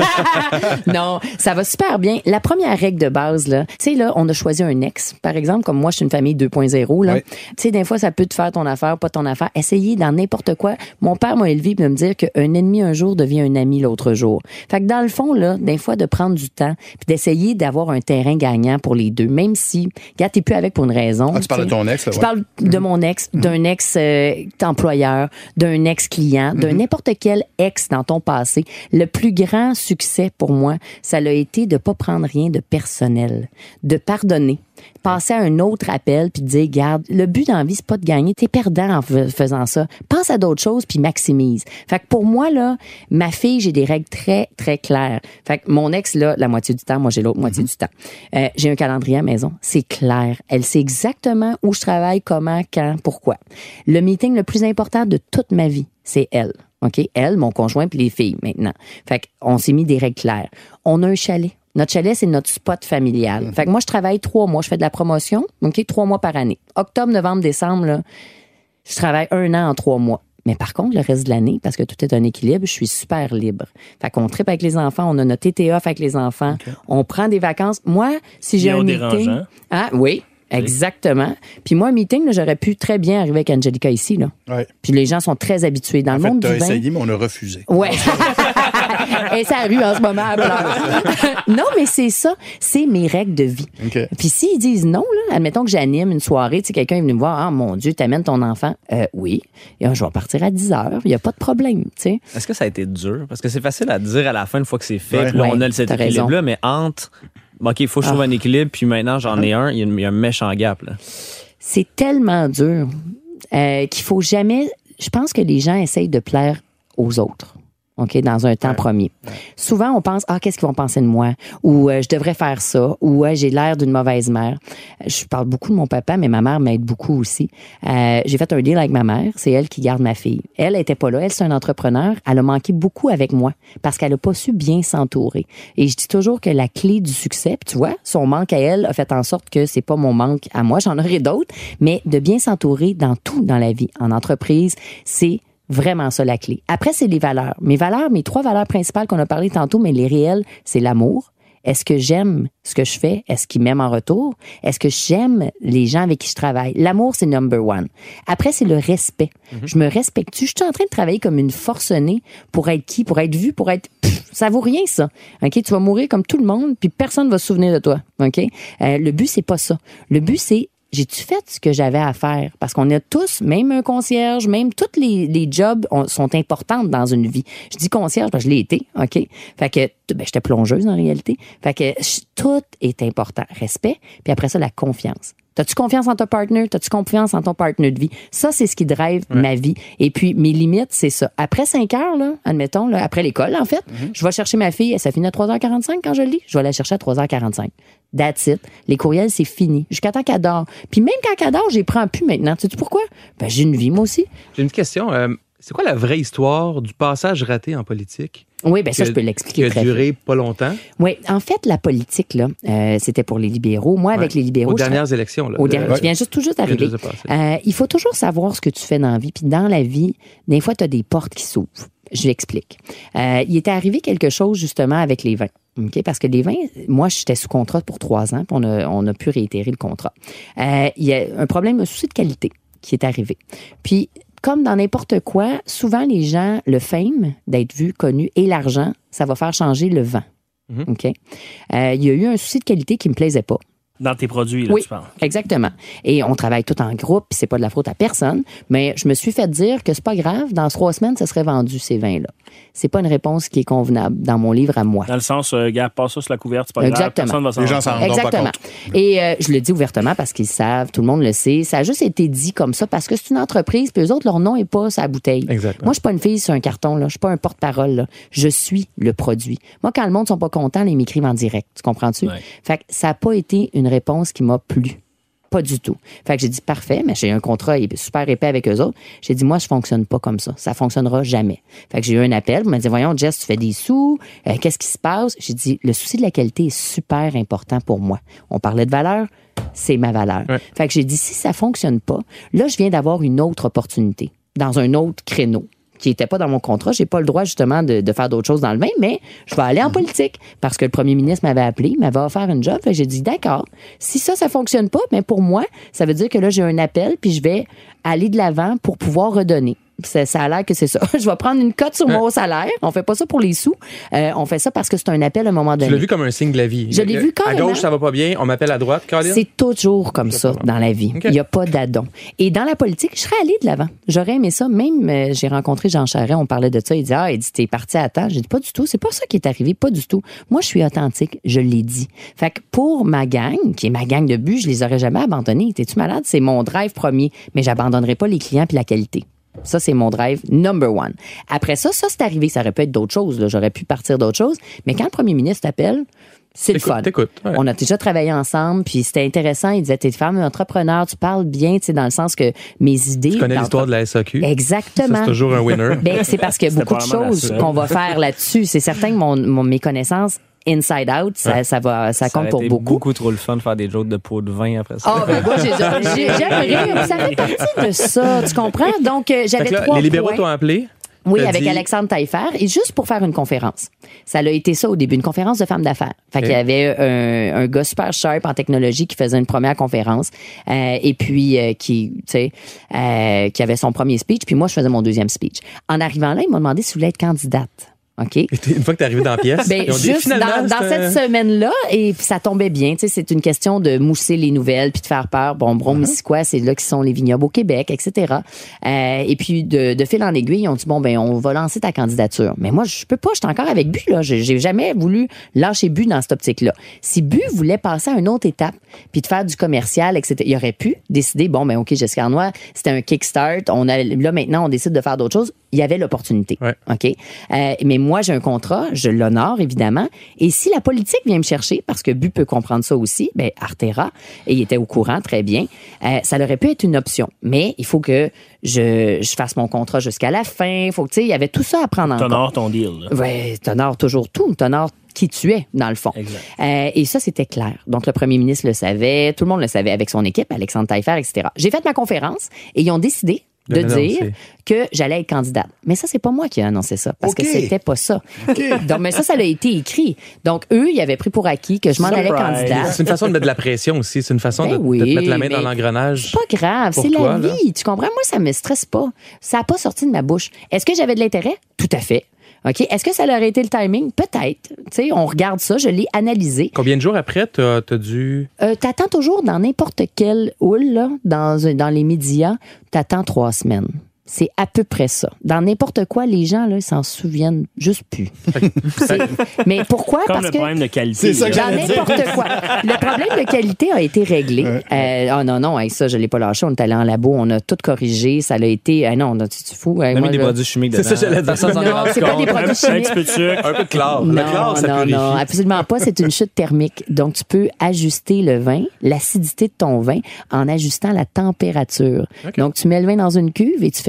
Non, ça va super bien. La première règle de base, là, tu sais, là, on a choisi un ex, par exemple, comme moi, je suis une famille deux point zéro. Là. Oui. Tu sais, des fois, ça peut te faire ton affaire, pas ton affaire. Essayez dans n'importe quoi. Mon père m'a élevé de me dire qu'un ennemi un jour devient un ami l'autre jour. Fait que dans le fond, là, des fois, de prendre du temps puis d'essayer d'avoir un terrain gagnant pour les deux, même si, regarde, t'es plus avec pour une raison. Ah, tu parles de ton ex, là, ouais. Je parle de mon ex. D'un ex-employeur, euh, d'un ex-client, d'un mm-hmm. n'importe quel ex dans ton passé. Le plus grand succès pour moi, ça l'a été de pas prendre rien de personnel, de pardonner, passer à un autre appel puis de dire, garde, le but dans la vie, c'est pas de gagner, t'es perdant en faisant ça. Pense à d'autres choses puis maximise. Fait que pour moi, là, ma fille, j'ai des règles très, très claires. Fait que mon ex, là, la moitié du temps, moi, j'ai l'autre mm-hmm. moitié du temps. Euh, j'ai un calendrier à la maison. C'est clair. Elle sait exactement où je travaille, comment, quand, pourquoi. Le meeting le plus important de toute ma vie, c'est elle. OK? Elle, mon conjoint puis les filles, maintenant. Fait qu'on s'est mis des règles claires. On a un chalet. Notre chalet, c'est notre spot familial. Mmh. Fait que moi, je travaille trois mois. Je fais de la promotion, OK? Trois mois par année. Octobre, novembre, décembre, là, je travaille un an en trois mois. Mais par contre, le reste de l'année, parce que tout est un équilibre, je suis super libre. Fait qu'on tripe avec les enfants, on a notre été off avec les enfants, okay. On prend des vacances. Moi, si j'ai un meeting... Ah, oui. Exactement. Puis moi, un meeting, là, j'aurais pu très bien arriver avec Angelica ici. Là. Ouais. Puis les gens sont très habitués. Dans en le fait, monde t'as du vin... essayé, mais on a refusé. Ouais. Et ça arrive en ce moment. Non, mais c'est ça. C'est mes règles de vie. Okay. Puis s'ils disent non, là, admettons que j'anime une soirée, tu sais, quelqu'un est venu me voir, ah mon Dieu, t'amènes ton enfant. Euh, oui. Et, je vais partir à dix heures. Il n'y a pas de problème. Tu sais. Est-ce que ça a été dur? Parce que c'est facile à dire à la fin, une fois que c'est fait. Ouais. Puis là, ouais, on a cet équilibre-là, mais entre... OK, il faut que je trouve ah. un équilibre, puis maintenant, j'en ai un. Il y a, une, il y a un méchant gap. Là. C'est tellement dur euh, qu'il faut jamais... Je pense que les gens essayent de plaire aux autres. OK, dans un temps ouais. premier. Ouais. Souvent, on pense, ah, qu'est-ce qu'ils vont penser de moi? Ou euh, je devrais faire ça. Ou euh, j'ai l'air d'une mauvaise mère. Je parle beaucoup de mon papa, mais ma mère m'aide beaucoup aussi. Euh, j'ai fait un deal avec ma mère. C'est elle qui garde ma fille. Elle était pas là. Elle, c'est un entrepreneur. Elle a manqué beaucoup avec moi parce qu'elle a pas su bien s'entourer. Et je dis toujours que la clé du succès, puis tu vois, son manque à elle a fait en sorte que c'est pas mon manque à moi. J'en aurai d'autres. Mais de bien s'entourer dans tout dans la vie. En entreprise, c'est vraiment ça, la clé. Après, c'est les valeurs. Mes valeurs, mes trois valeurs principales qu'on a parlé tantôt, mais les réelles, c'est l'amour. Est-ce que j'aime ce que je fais? Est-ce qu'ils m'aiment en retour? Est-ce que j'aime les gens avec qui je travaille? L'amour, c'est number one. Après, c'est le respect. Mm-hmm. Je me respecte-tu? Je suis en train de travailler comme une forcenée pour être qui? Pour être vue, pour être... Pff, ça vaut rien, ça. OK? Tu vas mourir comme tout le monde, puis personne va se souvenir de toi. OK? Euh, le but, c'est pas ça. Le but, c'est j'ai-tu fait ce que j'avais à faire? Parce qu'on a tous, même un concierge, même tous les, les jobs ont, sont importants dans une vie. Je dis concierge parce que je l'ai été, OK? Fait que, ben, j'étais plongeuse en réalité. Fait que je, tout est important. Respect, puis après ça, la confiance. T'as-tu confiance en ton partner? T'as-tu confiance en ton partenaire de vie? Ça, c'est ce qui drive ouais. ma vie. Et puis, mes limites, c'est ça. Après cinq heures, là, admettons, là, après l'école, en fait, mm-hmm. je vais chercher ma fille. Ça finit à trois heures quarante-cinq quand je le lis. Je vais la chercher à trois heures quarante-cinq. That's it. Les courriels, c'est fini. Jusqu'à temps qu'elle dort. Puis même quand elle dort, j'y prends plus maintenant. Tu sais pourquoi? Ben, j'ai une vie, moi aussi. J'ai une question. Euh, C'est quoi la vraie histoire du passage raté en politique? Oui, bien ça, que- je peux l'expliquer Qui très a bien. duré pas longtemps. Oui, en fait, la politique, là, euh, c'était pour les libéraux. Moi, avec Ouais. les libéraux... Aux je- dernières élections. Là, Au de- dernier, qui vient juste tout juste qui vient d'arriver. juste de passer. Euh, il faut toujours savoir ce que tu fais dans la vie. Puis dans la vie, des fois, tu as des portes qui s'ouvrent. Je l'explique. Euh, il était arrivé quelque chose, justement, avec les vins. OK? Parce que les vins, moi, j'étais sous contrat pour trois ans, puis on a, on a pu réitérer le contrat. Euh, il y a un problème, un souci de qualité qui est arrivé. Puis, comme dans n'importe quoi, souvent, les gens, le fame d'être vu, connu, et l'argent, ça va faire changer le vent. Mhm. OK? Euh, il y a eu un souci de qualité qui me plaisait pas. Dans tes produits, là, Oui, tu parles. exactement. Et on travaille tout en groupe, puis c'est pas de la faute à personne, mais je me suis fait dire que c'est pas grave, dans trois semaines, ça serait vendu, ces vins-là. C'est pas une réponse qui est convenable dans mon livre à moi. Dans le sens, euh, gars, passe ça sur la couverte, c'est pas grave, Exactement. personne va s'en Les gens rendre s'en compte. rendent pas Exactement. compte. Et euh, je le dis ouvertement parce qu'ils savent, tout le monde le sait. Ça a juste été dit comme ça parce que c'est une entreprise, puis eux autres, leur nom est pas sur la bouteille. Exactement. Moi, je suis pas une fille sur un carton, là. Je suis pas un porte-parole, là. Je suis le produit. Moi, quand le monde sont pas contents, ils m'écrivent en direct. Tu comprends-tu? Ouais. Fait que ça a pas été une réponse qui m'a plu. Pas du tout. Fait que j'ai dit, parfait, mais j'ai un contrat super épais avec eux autres. J'ai dit, moi, je fonctionne pas comme ça. Ça fonctionnera jamais. Fait que j'ai eu un appel. Vous m'avez dit, voyons, Jess, tu fais des sous. Euh, qu'est-ce qui se passe? J'ai dit, le souci de la qualité est super important pour moi. On parlait de valeur. C'est ma valeur. Ouais. Fait que j'ai dit, si ça fonctionne pas, là, je viens d'avoir une autre opportunité dans un autre créneau qui n'était pas dans mon contrat. J'ai pas le droit, justement, de, de faire d'autres choses dans le vin, mais je vais aller en politique parce que le premier ministre m'avait appelé, m'avait offert une job. Fait que j'ai dit, d'accord, si ça, ça fonctionne pas, mais pour moi, ça veut dire que là, j'ai un appel puis je vais aller de l'avant pour pouvoir redonner. Ça, ça a l'air que c'est ça. Je vais prendre une cote sur mon salaire. On fait pas ça pour les sous. Euh, on fait ça parce que c'est un appel à un moment donné. Tu l'as vu comme un signe de la vie. Je l'ai vu carrément. À gauche, ça va pas bien, on m'appelle à droite, Caroline. C'est toujours comme ça dans la vie. OK. Il n'y a pas d'addon. Et dans la politique, je serais allée de l'avant. J'aurais aimé ça. Même, euh, j'ai rencontré Jean Charest, on parlait de ça. Il dit, ah, il dit, t'es parti à temps. J'ai dit, pas du tout. C'est pas ça qui est arrivé. Pas du tout. Moi, je suis authentique. Je l'ai dit. Fait que pour ma gang, qui est ma gang de but, je les aurais jamais abandonnés. T'es-tu malade? C'est mon drive premier. Mais j'abandonnerai pas les clients puis la qualité. Ça, c'est mon drive number one. Après ça, ça, c'est arrivé. Ça aurait pu être d'autres choses, là. J'aurais pu partir d'autres choses. Mais quand le premier ministre t'appelle, c'est le T'écoutes, fun. t'écoutes, ouais. On a déjà travaillé ensemble, puis c'était intéressant. Il disait, t'es femme entrepreneur, tu parles bien, tu sais, dans le sens que mes idées... Tu connais dans- l'histoire de la S A Q. Exactement. Ça, c'est toujours un winner. Ben, c'est parce qu'il y a C'était beaucoup de probablement choses naturel. qu'on va faire là-dessus. C'est certain que mon, mon- mes connaissances inside out, ça, ça va, ça, Ça compte aurait pour été beaucoup. beaucoup trop le fun de faire des jokes de pot de vin après ça. Ah, ben moi, j'ai- j'ai- j'aimerais. Ça fait partie de ça, tu comprends? Donc, euh, Fait j'avais que là, trois les libéraux points. t'ont appelé. Oui, T'as avec dit- Alexandre Taillefer, et juste pour faire une conférence. Ça a été ça au début, une conférence de femmes d'affaires. Fait qu'il y avait un, un gars super sharp en technologie qui faisait une première conférence, euh, et puis euh, qui, tu sais, euh, qui avait son premier speech, puis moi, je faisais mon deuxième speech. En arrivant là, ils m'ont demandé si je voulais être candidate. OK? Une fois que t'es arrivé dans la pièce, Ben, ils ont dit, juste finalement, dans, dans c'est cette un- semaine-là, et puis ça tombait bien. Tu sais, c'est une question de mousser les nouvelles puis de faire peur. Bon, Brome-Missisquoi, c'est là qui sont les vignobles au Québec, et cetera. Euh, et puis, de, de fil en aiguille, ils ont dit, bon, ben, on va lancer ta candidature. Mais moi, je peux pas, je suis encore avec Bu, là. J'ai j'ai jamais voulu lâcher Bu dans cette optique-là. Si Bu voulait passer à une autre étape puis de faire du commercial, et cetera, il aurait pu décider, bon, ben, OK, Jessica Arnois, c'était un kickstart. On a, là, maintenant, on décide de faire d'autres choses. Il y avait l'opportunité. Ouais. OK? Euh, mais moi, j'ai un contrat, je l'honore, évidemment. Et si la politique vient me chercher, parce que Bu peut comprendre ça aussi, ben, Artera, et il était au courant, très bien, euh, ça aurait pu être une option. Mais il faut que je, je fasse mon contrat jusqu'à la fin. Il faut que, tu sais, il y avait tout ça à prendre en compte. T'honores ton deal. là. Oui, t'honores toujours tout. T'honores qui tu es, dans le fond. Exact. Euh, et ça, c'était clair. Donc, le premier ministre le savait, tout le monde le savait avec son équipe, Alexandre Taillefer, et cetera. J'ai fait ma conférence et ils ont décidé de De l'annoncer. dire que j'allais être candidate. Mais ça, c'est pas moi qui ai annoncé ça, parce OK. que c'était pas ça. Donc, mais ça, ça a été écrit. Donc, eux, ils avaient pris pour acquis que je m'en allais Surprise. candidate. C'est une façon de mettre de la pression aussi. C'est une façon Ben de, oui, de te mettre la main dans mais l'engrenage. C'est pas grave, pour c'est toi, la là. vie. Tu comprends? Moi, ça me stresse pas. Ça a pas sorti de ma bouche. Est-ce que j'avais de l'intérêt? Tout à fait. OK? Est-ce que ça leur a été le timing? Peut-être. Tu sais, on regarde ça, je l'ai analysé. Combien de jours après, t'as as dû... Euh, t'attends toujours dans n'importe quelle houle, là, dans, dans les médias, t'attends trois semaines. C'est à peu près ça. Dans n'importe quoi, les gens, là, ils s'en souviennent juste plus. C'est- Mais pourquoi? Comme Parce le que problème de qualité. C'est ça que là. dans j'allais dire. n'importe quoi. Le problème de qualité a été réglé. Euh, oh non, non, hey, ça, je l'ai pas lâché. On est allé en labo, on a tout corrigé. Ça a été... ah non, on a- tu tu fous? Hey, On a moi, mis des là- produits chimiques dedans. C'est ça, j'allais dire. Personne s'en est Non, rendu c'est pas compte. des produits Un chimiques. petit peu de sucre. Un peu de clair. Le Non, clair, ça non, purifie. non, absolument pas. C'est une chute thermique. Donc, tu peux ajuster le vin, l'acidité de ton vin, en ajustant la température. Donc, tu mets le vin dans une cuve et tu fais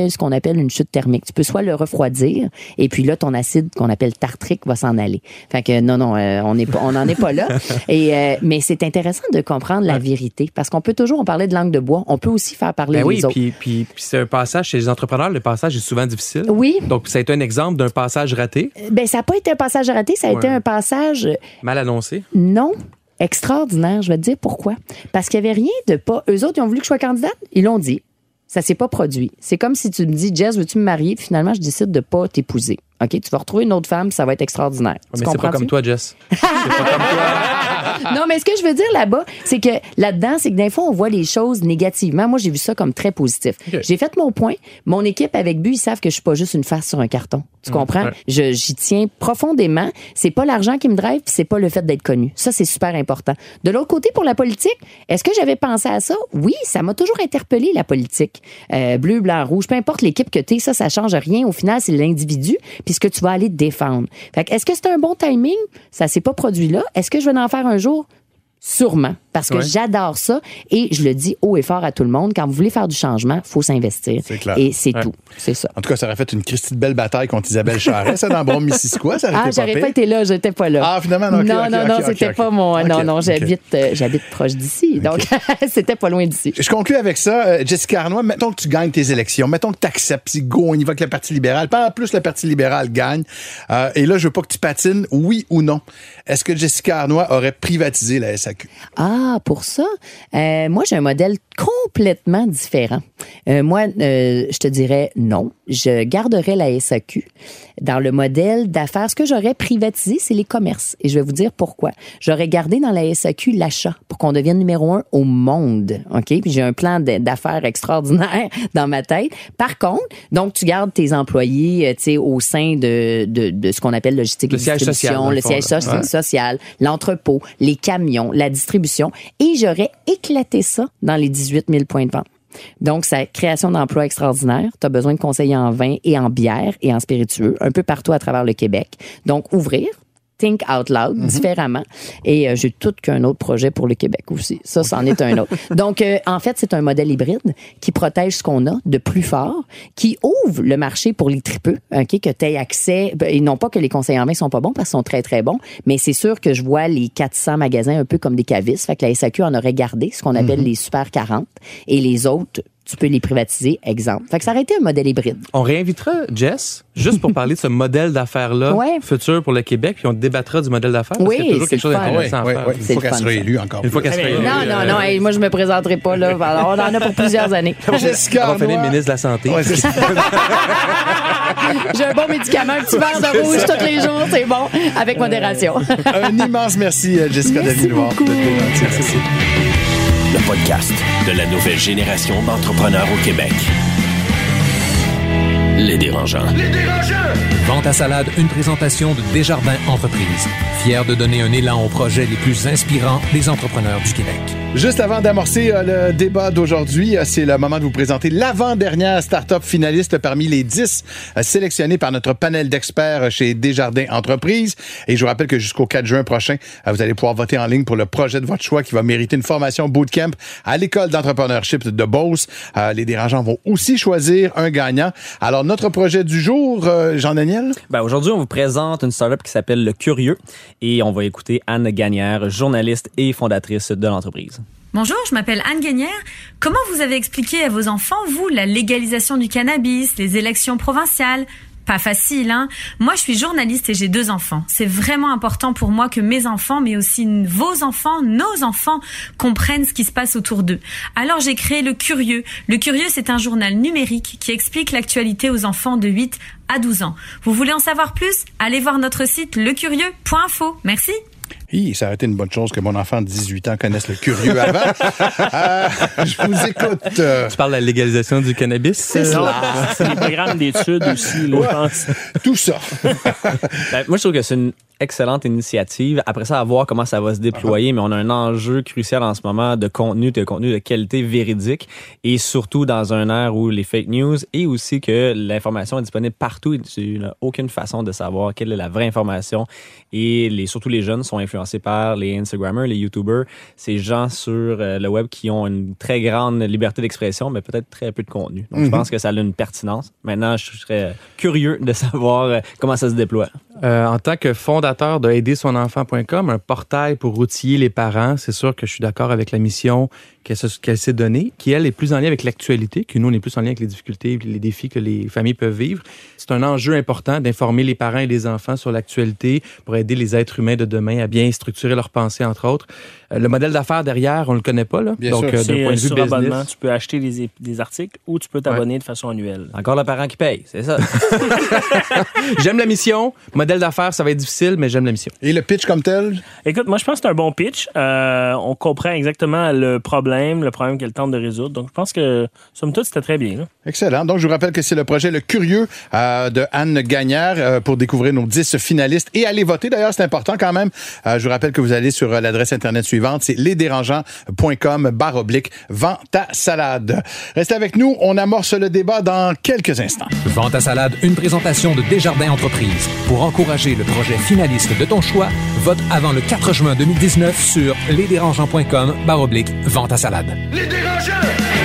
ce qu'on appelle une chute thermique. Tu peux soit le refroidir, et puis là, ton acide qu'on appelle tartrique va s'en aller. Fait que non, non, euh, on n'est pas, on n'en est pas là. Et, euh, mais c'est intéressant de comprendre la vérité, parce qu'on peut toujours, on parlait de langue de bois, on peut aussi faire parler ben les oui, autres. Puis, puis, puis c'est un passage chez les entrepreneurs, le passage est souvent difficile. Oui. Donc, ça a été un exemple d'un passage raté. Ben, ça n'a pas été un passage raté, ça a Ouais. été un passage... Mal annoncé. Non. Extraordinaire. Je vais te dire pourquoi. Parce qu'il n'y avait rien de pas... Eux autres, ils ont voulu que je sois candidate. Ils l'ont dit. Ça s'est pas produit. C'est comme si tu me dis, Jess, veux-tu me marier? Puis finalement, je décide de pas t'épouser. OK? Tu vas retrouver une autre femme, ça va être extraordinaire. Mais c'est pas comme toi, Jess. C'est pas comme toi. Non, mais ce que je veux dire là-bas, c'est que là-dedans, c'est que des fois, on voit les choses négativement. Moi, j'ai vu ça comme très positif. Okay. J'ai fait mon point. Mon équipe avec Bu, ils savent que je suis pas juste une face sur un carton. Tu comprends? ouais. Je, j'y tiens profondément. C'est pas l'argent qui me drive, puis c'est pas le fait d'être connu. Ça, c'est super important. De l'autre côté, pour la politique, est-ce que j'avais pensé à ça? Oui, ça m'a toujours interpellé, la politique. Euh, bleu, blanc, rouge, peu importe l'équipe que t'es, ça, ça change rien. Au final, c'est l'individu, puis ce que tu vas aller défendre. Fait que, est-ce que c'est un bon timing? Ça s'est pas produit là. Est-ce que je vais en faire un jour? Sûrement, parce que Ouais. j'adore ça et je le dis haut et fort à tout le monde, quand vous voulez faire du changement, il faut s'investir. C'est clair. Et c'est Ouais. tout. C'est ça. En tout cas, ça aurait fait une Christie de belle bataille contre Isabelle Charret, ça, dans Brome-Missisquoi. Ça aurait Ah, été pas j'aurais pire. pas été là, j'étais pas là. Ah, finalement, non, ok, non, ok, non, ok, non, ok, c'était ok. pas mon. Ok, non, non, ok. j'habite, euh, j'habite proche d'ici, donc c'était pas loin d'ici. Je conclue avec ça. Euh, Jessica Arnois, mettons que tu gagnes tes élections, mettons que tu acceptes, puis go, on y va avec le Parti libéral. Pas en plus, le Parti libéral gagne. Euh, et là, je veux pas que tu patines, oui ou non. Est-ce que Jessica Arnois aurait privatisé la S A Q? Ah, pour ça, euh, moi, j'ai un modèle complètement différent. Euh, moi, euh, je te dirais non. Je garderais la S A Q. Dans le modèle d'affaires, ce que j'aurais privatisé, c'est les commerces. Et je vais vous dire pourquoi. J'aurais gardé dans la S A Q l'achat pour qu'on devienne numéro un au monde. OK? Puis j'ai un plan d'affaires extraordinaire dans ma tête. Par contre, donc, tu gardes tes employés, euh, tu sais, au sein de, de, de ce qu'on appelle logistique Le et siège social, distribution, dans le le fond, siège là. so- Ouais. social, l'entrepôt, les camions, la distribution. Et j'aurais éclaté ça dans les dix-huit mille points de vente. Donc, c'est création d'emplois extraordinaire. Tu as besoin de conseillers en vin et en bière et en spiritueux, un peu partout à travers le Québec. Donc, ouvrir, think out loud, Mm-hmm. différemment. Et euh, j'ai tout qu'un autre projet pour le Québec aussi. Ça, c'en est un autre. Donc, euh, en fait, c'est un modèle hybride qui protège ce qu'on a de plus fort, qui ouvre le marché pour les tripeux, OK, que tu aies accès. Ben, et non pas que les conseillers en vin sont pas bons, parce qu'ils sont très, très bons, mais c'est sûr que je vois les quatre cents magasins un peu comme des cavistes. Fait que la S A Q en aurait gardé, ce qu'on appelle les Super quarante. Et les autres, tu peux les privatiser, exemple. Fait que ça aurait été un modèle hybride. On réinvitera Jess, juste pour parler de ce modèle d'affaires-là, Ouais. futur pour le Québec, puis on débattra du modèle d'affaires. Oui, parce qu'il y a toujours c'est quelque chose le fun. d'intéressant Oui, à faire. oui, il C'est faut le qu'elle fun, se ça. réélue encore. Une fois plus. qu'elle sera élue. Non, non, non, hey, moi, je me présenterai pas, là. Alors, on en a pour plusieurs années. Jessica On va finir Arnois. ministre de la Santé. Ouais, c'est ça. J'ai un bon médicament, un petit verre de rouge tous les jours, c'est bon, avec modération. Un immense merci, euh, Jessica Merci Davinoir. beaucoup. Merci. Le podcast de la nouvelle génération d'entrepreneurs au Québec. Les dérangeants. Vente à salade, une présentation de Desjardins Entreprises. Fier de donner un élan aux projets les plus inspirants des entrepreneurs du Québec. Juste avant d'amorcer euh, le débat d'aujourd'hui, euh, c'est le moment de vous présenter l'avant-dernière start-up finaliste parmi les dix euh, sélectionnés par notre panel d'experts chez Desjardins Entreprises. Et je vous rappelle que jusqu'au quatre juin prochain, euh, vous allez pouvoir voter en ligne pour le projet de votre choix qui va mériter une formation bootcamp à l'école d'entrepreneurship de Beauce. Euh, les dérangeants vont aussi choisir un gagnant. Alors, notre projet du jour, euh, Jean-Daniel? Ben, aujourd'hui, on vous présente une startup qui s'appelle Le Curieux et on va écouter Anne Gagnère, journaliste et fondatrice de l'entreprise. Bonjour, je m'appelle Anne Gagnère. Comment vous avez expliqué à vos enfants, vous, la légalisation du cannabis, les élections provinciales? Pas facile, hein? Moi, je suis journaliste et j'ai deux enfants. C'est vraiment important pour moi que mes enfants, mais aussi vos enfants, nos enfants, comprennent ce qui se passe autour d'eux. Alors, j'ai créé Le Curieux. Le Curieux, c'est un journal numérique qui explique l'actualité aux enfants de huit à douze ans. Vous voulez en savoir plus? Allez voir notre site lecurieux point info. Merci. Hi, ça aurait été une bonne chose que mon enfant de dix-huit ans connaisse Le Curieux avant. euh, je vous écoute. euh, Tu parles de la légalisation du cannabis? C'est euh, ça. C'est les programmes d'études aussi, là, Ouais. je pense. Tout ça. Ben, moi, je trouve que c'est une excellente initiative. Après ça, à voir comment ça va se déployer, mais on a un enjeu crucial en ce moment de contenu, de contenu de qualité véridique et surtout dans un ère où les fake news et aussi que l'information est disponible partout et tu n'as aucune façon de savoir quelle est la vraie information et les, surtout les jeunes sont influencés influencés par les Instagrammers, les YouTubers, ces gens sur euh, le web qui ont une très grande liberté d'expression, mais peut-être très peu de contenu. Donc, mm-hmm. je pense que ça a une pertinence. Maintenant, je serais curieux de savoir euh, comment ça se déploie. Euh, en tant que fondateur de aider son enfant point com, un portail pour outiller les parents, c'est sûr que je suis d'accord avec la mission qu'elle, se, qu'elle s'est donnée, qui, elle, est plus en lien avec l'actualité, que nous, on est plus en lien avec les difficultés et les défis que les familles peuvent vivre. C'est un enjeu important d'informer les parents et les enfants sur l'actualité pour aider les êtres humains de demain à bien structurer leurs pensées, entre autres. Euh, le modèle d'affaires derrière, on le connaît pas, là. Bien Donc, sûr. euh, d'un c'est point de vue sur business. abonnement. Tu peux acheter des, des articles ou tu peux t'abonner ouais. de façon annuelle. Encore le parent qui paye, c'est ça. J'aime la mission. Modèle d'affaires, ça va être difficile, mais j'aime la mission. Et le pitch comme tel? Écoute, moi, je pense que c'est un bon pitch. Euh, on comprend exactement le problème, le problème qu'elle tente de résoudre. Donc, je pense que, somme toute, c'était très bien. Là. Excellent. Donc, je vous rappelle que c'est le projet Le Curieux euh, de Anne Gagnaire euh, pour découvrir nos dix finalistes et aller voter. D'ailleurs, c'est important quand même. Euh, je vous rappelle que vous allez sur euh, l'adresse Internet suivante. C'est lesdérangeants point com barre oblique vente ta salade. Restez avec nous. On amorce le débat dans quelques instants. Vente à salade, une présentation de Desjardins Entreprises. Pour encourager le projet finaliste de ton choix, vote avant le quatre juin deux mille dix-neuf sur lesdérangeants point com barre oblique vente à salade. Les dérangeants!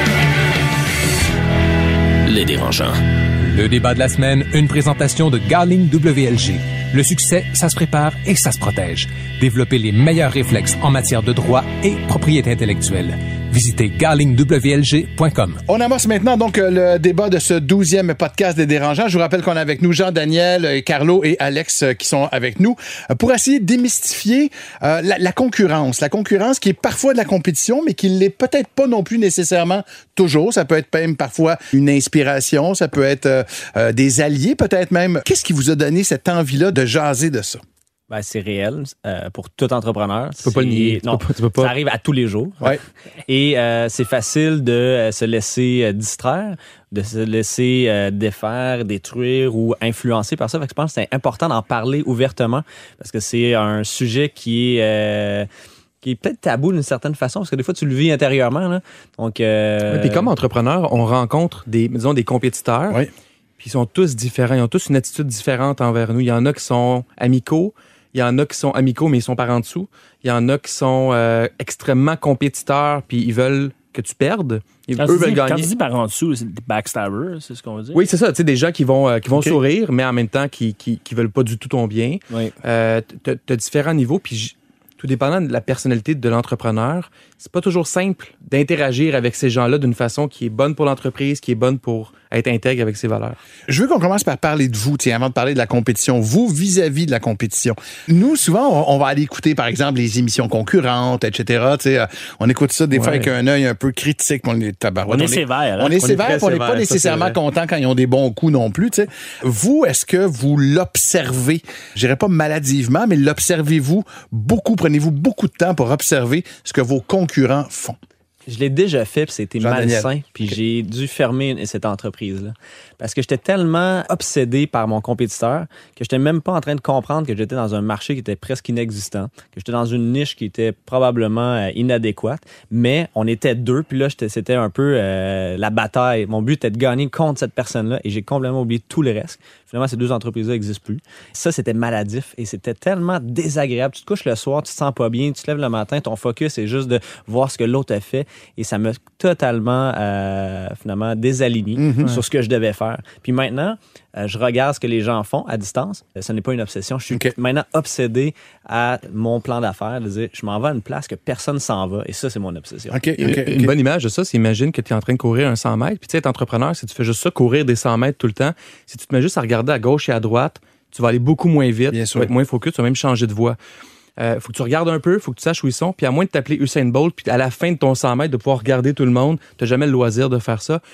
Les dérangeants. Le débat de la semaine, une présentation de Garling W L G. Le succès, ça se prépare et ça se protège. Développez les meilleurs réflexes en matière de droit et propriété intellectuelle. Visitez garling w l g point com. On amorce maintenant donc le débat de ce douzième podcast des Dérangeants. Je vous rappelle qu'on a avec nous Jean-Daniel, Carlo et Alex qui sont avec nous pour essayer de démystifier euh, la, la concurrence. La concurrence qui est parfois de la compétition, mais qui ne l'est peut-être pas non plus nécessairement toujours. Ça peut être même parfois une inspiration, ça peut être euh, euh, des alliés peut-être même. Qu'est-ce qui vous a donné cette envie-là de jaser de ça? Ben, c'est réel euh, pour tout entrepreneur. Tu peux pas le nier. Non, tu peux pas, tu peux pas. Ça arrive à tous les jours. Ouais. Et euh, c'est facile de euh, se laisser euh, distraire, de se laisser euh, défaire, détruire ou influencer par ça. Fait que je pense que c'est important d'en parler ouvertement parce que c'est un sujet qui est... Euh, qui est peut-être tabou d'une certaine façon, parce que des fois, tu le vis intérieurement. Là. Donc, euh... Puis comme entrepreneur, on rencontre des, disons, des compétiteurs. Oui. Puis ils sont tous différents. Ils ont tous une attitude différente envers nous. Il y en a qui sont amicaux. Il y en a qui sont amicaux, mais ils sont par en dessous. Il y en a qui sont euh, extrêmement compétiteurs, puis ils veulent que tu perdes. Ils, quand eux tu veulent dis, gagner. Quand tu dis par en dessous, c'est des backstabbers, c'est ce qu'on veut dire? Oui, c'est ça. Tu sais, des gens qui vont, euh, qui vont okay. sourire, mais en même temps, qui, qui, qui veulent pas du tout ton bien. Oui. Euh, t'as, t'as différents niveaux, puis j- tout dépendant de la personnalité de l'entrepreneur, c'est pas toujours simple d'interagir avec ces gens-là d'une façon qui est bonne pour l'entreprise, qui est bonne pour être intègre avec ses valeurs. Je veux qu'on commence par parler de vous, tiens, avant de parler de la compétition. Vous, vis-à-vis de la compétition. Nous, souvent, on va aller écouter, par exemple, les émissions concurrentes, et cetera. Tu sais, on écoute ça des ouais. fois avec un œil un peu critique. On est, tabarouette, on est on est sévère. Hein? On est on sévère, est on n'est pas nécessairement content quand ils ont des bons coups non plus. Tu sais. Vous, est-ce que vous l'observez? Je dirais pas maladivement, mais l'observez-vous beaucoup? Prenez-vous beaucoup de temps pour observer ce que vos concurrents font? Je l'ai déjà fait, puis c'était Jean-Daniel. malsain, puis okay. j'ai dû fermer cette entreprise-là. Parce que j'étais tellement obsédé par mon compétiteur que j'étais même pas en train de comprendre que j'étais dans un marché qui était presque inexistant, que j'étais dans une niche qui était probablement euh, inadéquate, mais on était deux, puis là, j'étais, c'était un peu euh, la bataille. Mon but était de gagner contre cette personne-là, et j'ai complètement oublié tout le reste. Finalement, ces deux entreprises-là n'existent plus. Ça, c'était maladif, et c'était tellement désagréable. Tu te couches le soir, tu te sens pas bien, tu te lèves le matin, ton focus est juste de voir ce que l'autre a fait, et ça m'a totalement, euh, finalement, désaligné mm-hmm. sur ce que je devais faire. Puis maintenant, euh, je regarde ce que les gens font à distance. Ce n'est pas une obsession. Je suis okay. maintenant obsédé à mon plan d'affaires, de dire, je m'en vais à une place que personne s'en va, et ça, c'est mon obsession. Okay, okay, okay. Une bonne image de ça, c'est imagine que tu es en train de courir un cent mètres, puis tu sais, être entrepreneur, si tu fais juste ça, courir des cent mètres tout le temps, si tu te mets juste à regarder à gauche et à droite, tu vas aller beaucoup moins vite, Bien tu sûr. vas être moins focus, tu vas même changer de voie. Euh, faut que tu regardes un peu, faut que tu saches où ils sont, puis à moins de t'appeler Usain Bolt, puis à la fin de ton cent mètres, de pouvoir regarder tout le monde, t'as jamais le loisir de faire ça.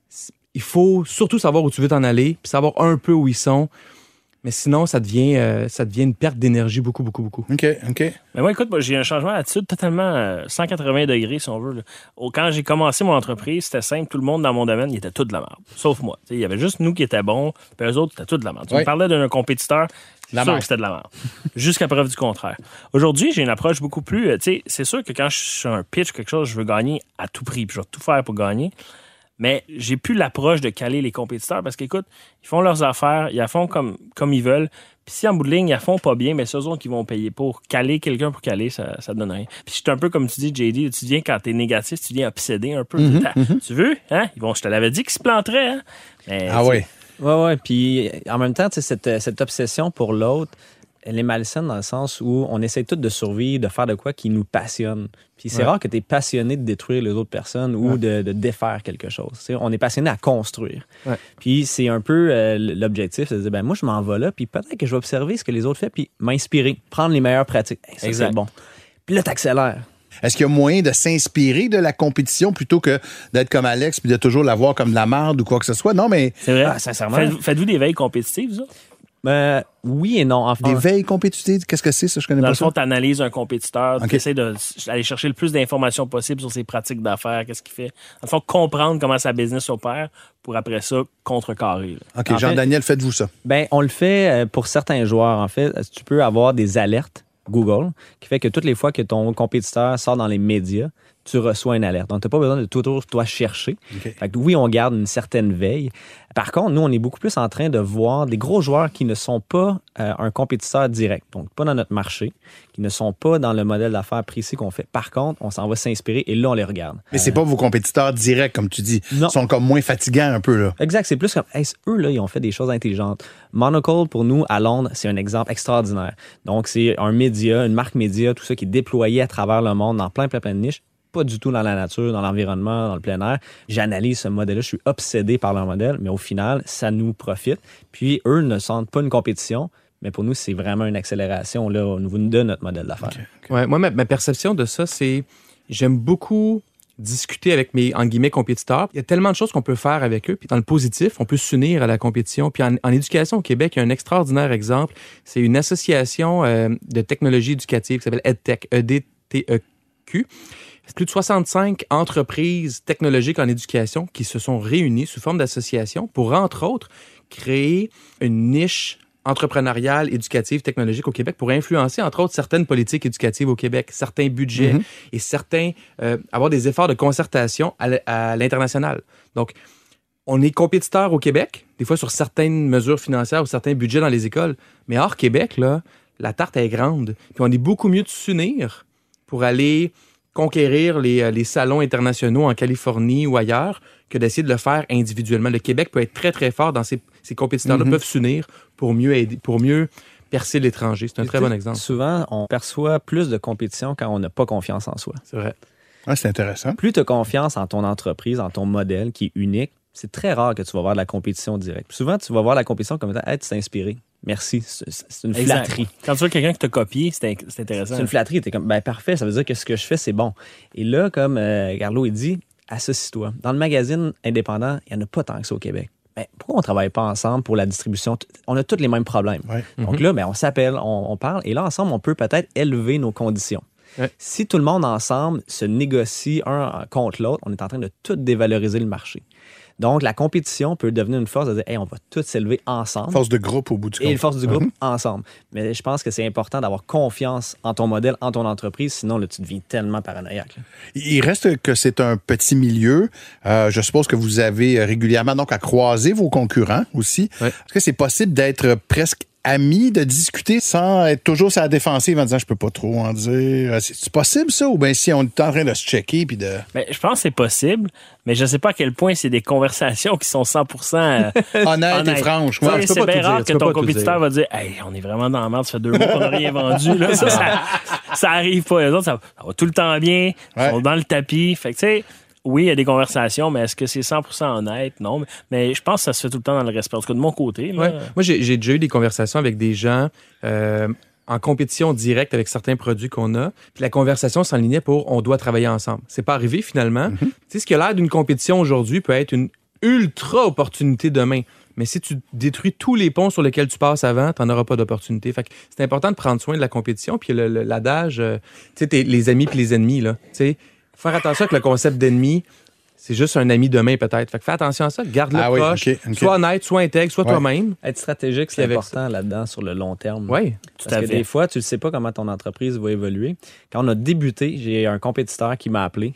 Il faut surtout savoir où tu veux t'en aller, puis savoir un peu où ils sont. Mais sinon, ça devient, euh, ça devient une perte d'énergie beaucoup, beaucoup, beaucoup. OK, OK. Mais moi, écoute, moi, j'ai un changement d'attitude totalement euh, cent quatre-vingts degrés, si on veut. Là. Quand j'ai commencé mon entreprise, c'était simple. Tout le monde dans mon domaine, il était tout de la merde. Sauf moi. Il y avait juste nous qui étaient bons, puis eux autres, c'était tout de la merde. Tu oui. me parlais d'un compétiteur, c'est la sûr merde. que c'était de la merde. Jusqu'à preuve du contraire. Aujourd'hui, j'ai une approche beaucoup plus... Tu sais, c'est sûr que quand je suis un pitch, quelque chose, je veux gagner à tout prix, puis je vais tout faire pour gagner. Mais j'ai plus l'approche de caler les compétiteurs parce qu'écoute, ils font leurs affaires, ils la font comme, comme ils veulent. Puis si en bout de ligne, ils la font pas bien, mais c'est eux autres qui vont payer pour caler quelqu'un pour caler, ça, ça donne rien. Puis c'est un peu comme tu dis, J D, tu viens quand t'es négatif, tu viens obsédé un peu. Mm-hmm, mm-hmm. Tu veux? Hein? Ils vont, je te l'avais dit qu'ils se planteraient. Hein? Mais, ah oui. Oui, oui. Puis en même temps, cette, cette obsession pour l'autre, elle est malsaine dans le sens où on essaie tous de survivre, de faire de quoi qui nous passionne. Puis c'est ouais. rare que tu es passionné de détruire les autres personnes ou ouais. de, de défaire quelque chose. T'sais, on est passionné à construire. Ouais. Puis c'est un peu euh, l'objectif, c'est de dire, ben moi, je m'en vais là, puis peut-être que je vais observer ce que les autres font, puis m'inspirer, prendre les meilleures pratiques. Hey, ça, exact. C'est bon. Puis là, t'accélères. Est-ce qu'il y a moyen de s'inspirer de la compétition plutôt que d'être comme Alex puis de toujours la voir comme de la merde ou quoi que ce soit? Non, mais... C'est vrai. Ah, sincèrement. Faites, faites-vous des veilles compétitives, ça? Euh, oui et non. Enfin, des veilles compétitives, qu'est-ce que c'est, ça? Je connais dans pas le fond, ça. Tu analyses un compétiteur, okay. tu essaies d'aller chercher le plus d'informations possible sur ses pratiques d'affaires, qu'est-ce qu'il fait. Dans le fond, comprendre comment sa business opère pour après ça contrecarrer. Là. OK, Jean-Daniel, faites-vous ça? Ben, on le fait pour certains joueurs, en fait. Tu peux avoir des alertes Google qui fait que toutes les fois que ton compétiteur sort dans les médias, tu reçois une alerte. Donc, tu n'as pas besoin de toujours toi chercher. Okay. Fait que oui, on garde une certaine veille. Par contre, nous, on est beaucoup plus en train de voir des gros joueurs qui ne sont pas euh, un compétiteur direct, donc pas dans notre marché, qui ne sont pas dans le modèle d'affaires précis qu'on fait. Par contre, on s'en va s'inspirer et là, on les regarde. Mais c'est euh... pas vos compétiteurs directs, comme tu dis. Non. Ils sont comme moins fatigants un peu, là. Exact. C'est plus comme, hey, eux, là, ils ont fait des choses intelligentes. Monocle, pour nous, à Londres, c'est un exemple extraordinaire. Donc, c'est un média, une marque média, tout ça qui est déployé à travers le monde dans plein, plein, plein de niches. Pas du tout dans la nature, dans l'environnement, dans le plein air. J'analyse ce modèle-là, je suis obsédé par leur modèle, mais au final, ça nous profite. Puis, eux ne sentent pas une compétition, mais pour nous, c'est vraiment une accélération là, au niveau de notre modèle d'affaires. Okay, okay. Ouais, moi, ma, ma perception de ça, c'est j'aime beaucoup discuter avec mes, en guillemets, compétiteurs. Il y a tellement de choses qu'on peut faire avec eux. Puis dans le positif, on peut s'unir à la compétition. Puis en, en éducation au Québec, il y a un extraordinaire exemple. C'est une association euh, de technologie éducative qui s'appelle EdTech, E D T E Q. C'est plus de soixante-cinq entreprises technologiques en éducation qui se sont réunies sous forme d'association pour, entre autres, créer une niche entrepreneuriale, éducative, technologique au Québec pour influencer, entre autres, certaines politiques éducatives au Québec, certains budgets mm-hmm. et certains... Euh, avoir des efforts de concertation à l'international. Donc, on est compétiteur au Québec, des fois sur certaines mesures financières ou certains budgets dans les écoles, mais hors Québec, là, la tarte est grande. Puis on est beaucoup mieux de s'unir pour aller... conquérir les, les salons internationaux en Californie ou ailleurs que d'essayer de le faire individuellement. Le Québec peut être très, très fort dans ces, ces compétiteurs-là, mm-hmm. peuvent s'unir pour mieux aider, pour mieux percer l'étranger. C'est un Et très bon exemple. Souvent, on perçoit plus de compétition quand on n'a pas confiance en soi. C'est vrai. Ouais, c'est intéressant. Plus tu as confiance en ton entreprise, en ton modèle qui est unique, c'est très rare que tu vas voir de la compétition directe. Souvent, tu vas voir la compétition comme étant hey, « tu t'es inspiré ». Merci, c'est une exact. Flatterie. Quand tu vois quelqu'un qui t'a copié, c'est intéressant. C'est une flatterie. T'es comme, ben parfait, ça veut dire que ce que je fais, c'est bon. Et là, comme euh, Carlo, il dit, associe-toi. Dans le magazine indépendant, il n'y en a pas tant que ça au Québec. Ben, pourquoi on ne travaille pas ensemble pour la distribution? On a tous les mêmes problèmes. Ouais. Donc mm-hmm. là, ben, on s'appelle, on, on parle, et là, ensemble, on peut peut-être élever nos conditions. Ouais. Si tout le monde ensemble se négocie un contre l'autre, on est en train de tout dévaloriser le marché. Donc, la compétition peut devenir une force de dire hey, on va tous s'élever ensemble. Force de groupe au bout du compte. Et une force du groupe mm-hmm. ensemble. Mais je pense que c'est important d'avoir confiance en ton modèle, en ton entreprise, sinon là, tu deviens tellement paranoïaque. Là. Il reste que c'est un petit milieu. Euh, je suppose que vous avez régulièrement donc à croiser vos concurrents aussi. Ouais. Est-ce que c'est possible d'être presque amis, de discuter sans être toujours sur la défensive en disant je peux pas trop en dire. C'est possible ça ou bien si on est en train de se checker puis de. Ben, je pense que c'est possible, mais je sais pas à quel point c'est des conversations qui sont cent pour cent honnêtes honnête. Et franches. Ouais, c'est bien rare que ton compétiteur va dire hey, on est vraiment dans la merde, ça fait deux mois qu'on n'a rien vendu. Là. Ça, ça, ça arrive pas. Les autres, ça, ça va tout le temps bien. Ils ouais. sont dans le tapis. Fait que tu sais. Oui, il y a des conversations, mais est-ce que c'est cent pour cent honnête? Non, mais, mais je pense que ça se fait tout le temps dans le respect. En tout cas, de mon côté. Là, ouais. Moi, j'ai, j'ai déjà eu des conversations avec des gens euh, en compétition directe avec certains produits qu'on a. Puis la conversation s'enlignait pour « on doit travailler ensemble ». C'est pas arrivé finalement. Mm-hmm. Tu sais, ce qui a l'air d'une compétition aujourd'hui peut être une ultra opportunité demain. Mais si tu détruis tous les ponts sur lesquels tu passes avant, tu n'en auras pas d'opportunité. Fait que c'est important de prendre soin de la compétition. Puis le, le, l'adage, euh, tu sais, les amis puis les ennemis, là, tu sais. Faire attention avec le concept d'ennemi, c'est juste un ami demain peut-être. Fait que fais attention à ça, garde-le ah proche, oui, okay, okay. sois honnête, sois intègre, sois ouais. toi-même. Être stratégique, c'est important là-dedans sur le long terme. Oui, tout Parce à que fait. Des fois, tu ne sais pas comment ton entreprise va évoluer. Quand on a débuté, j'ai un compétiteur qui m'a appelé.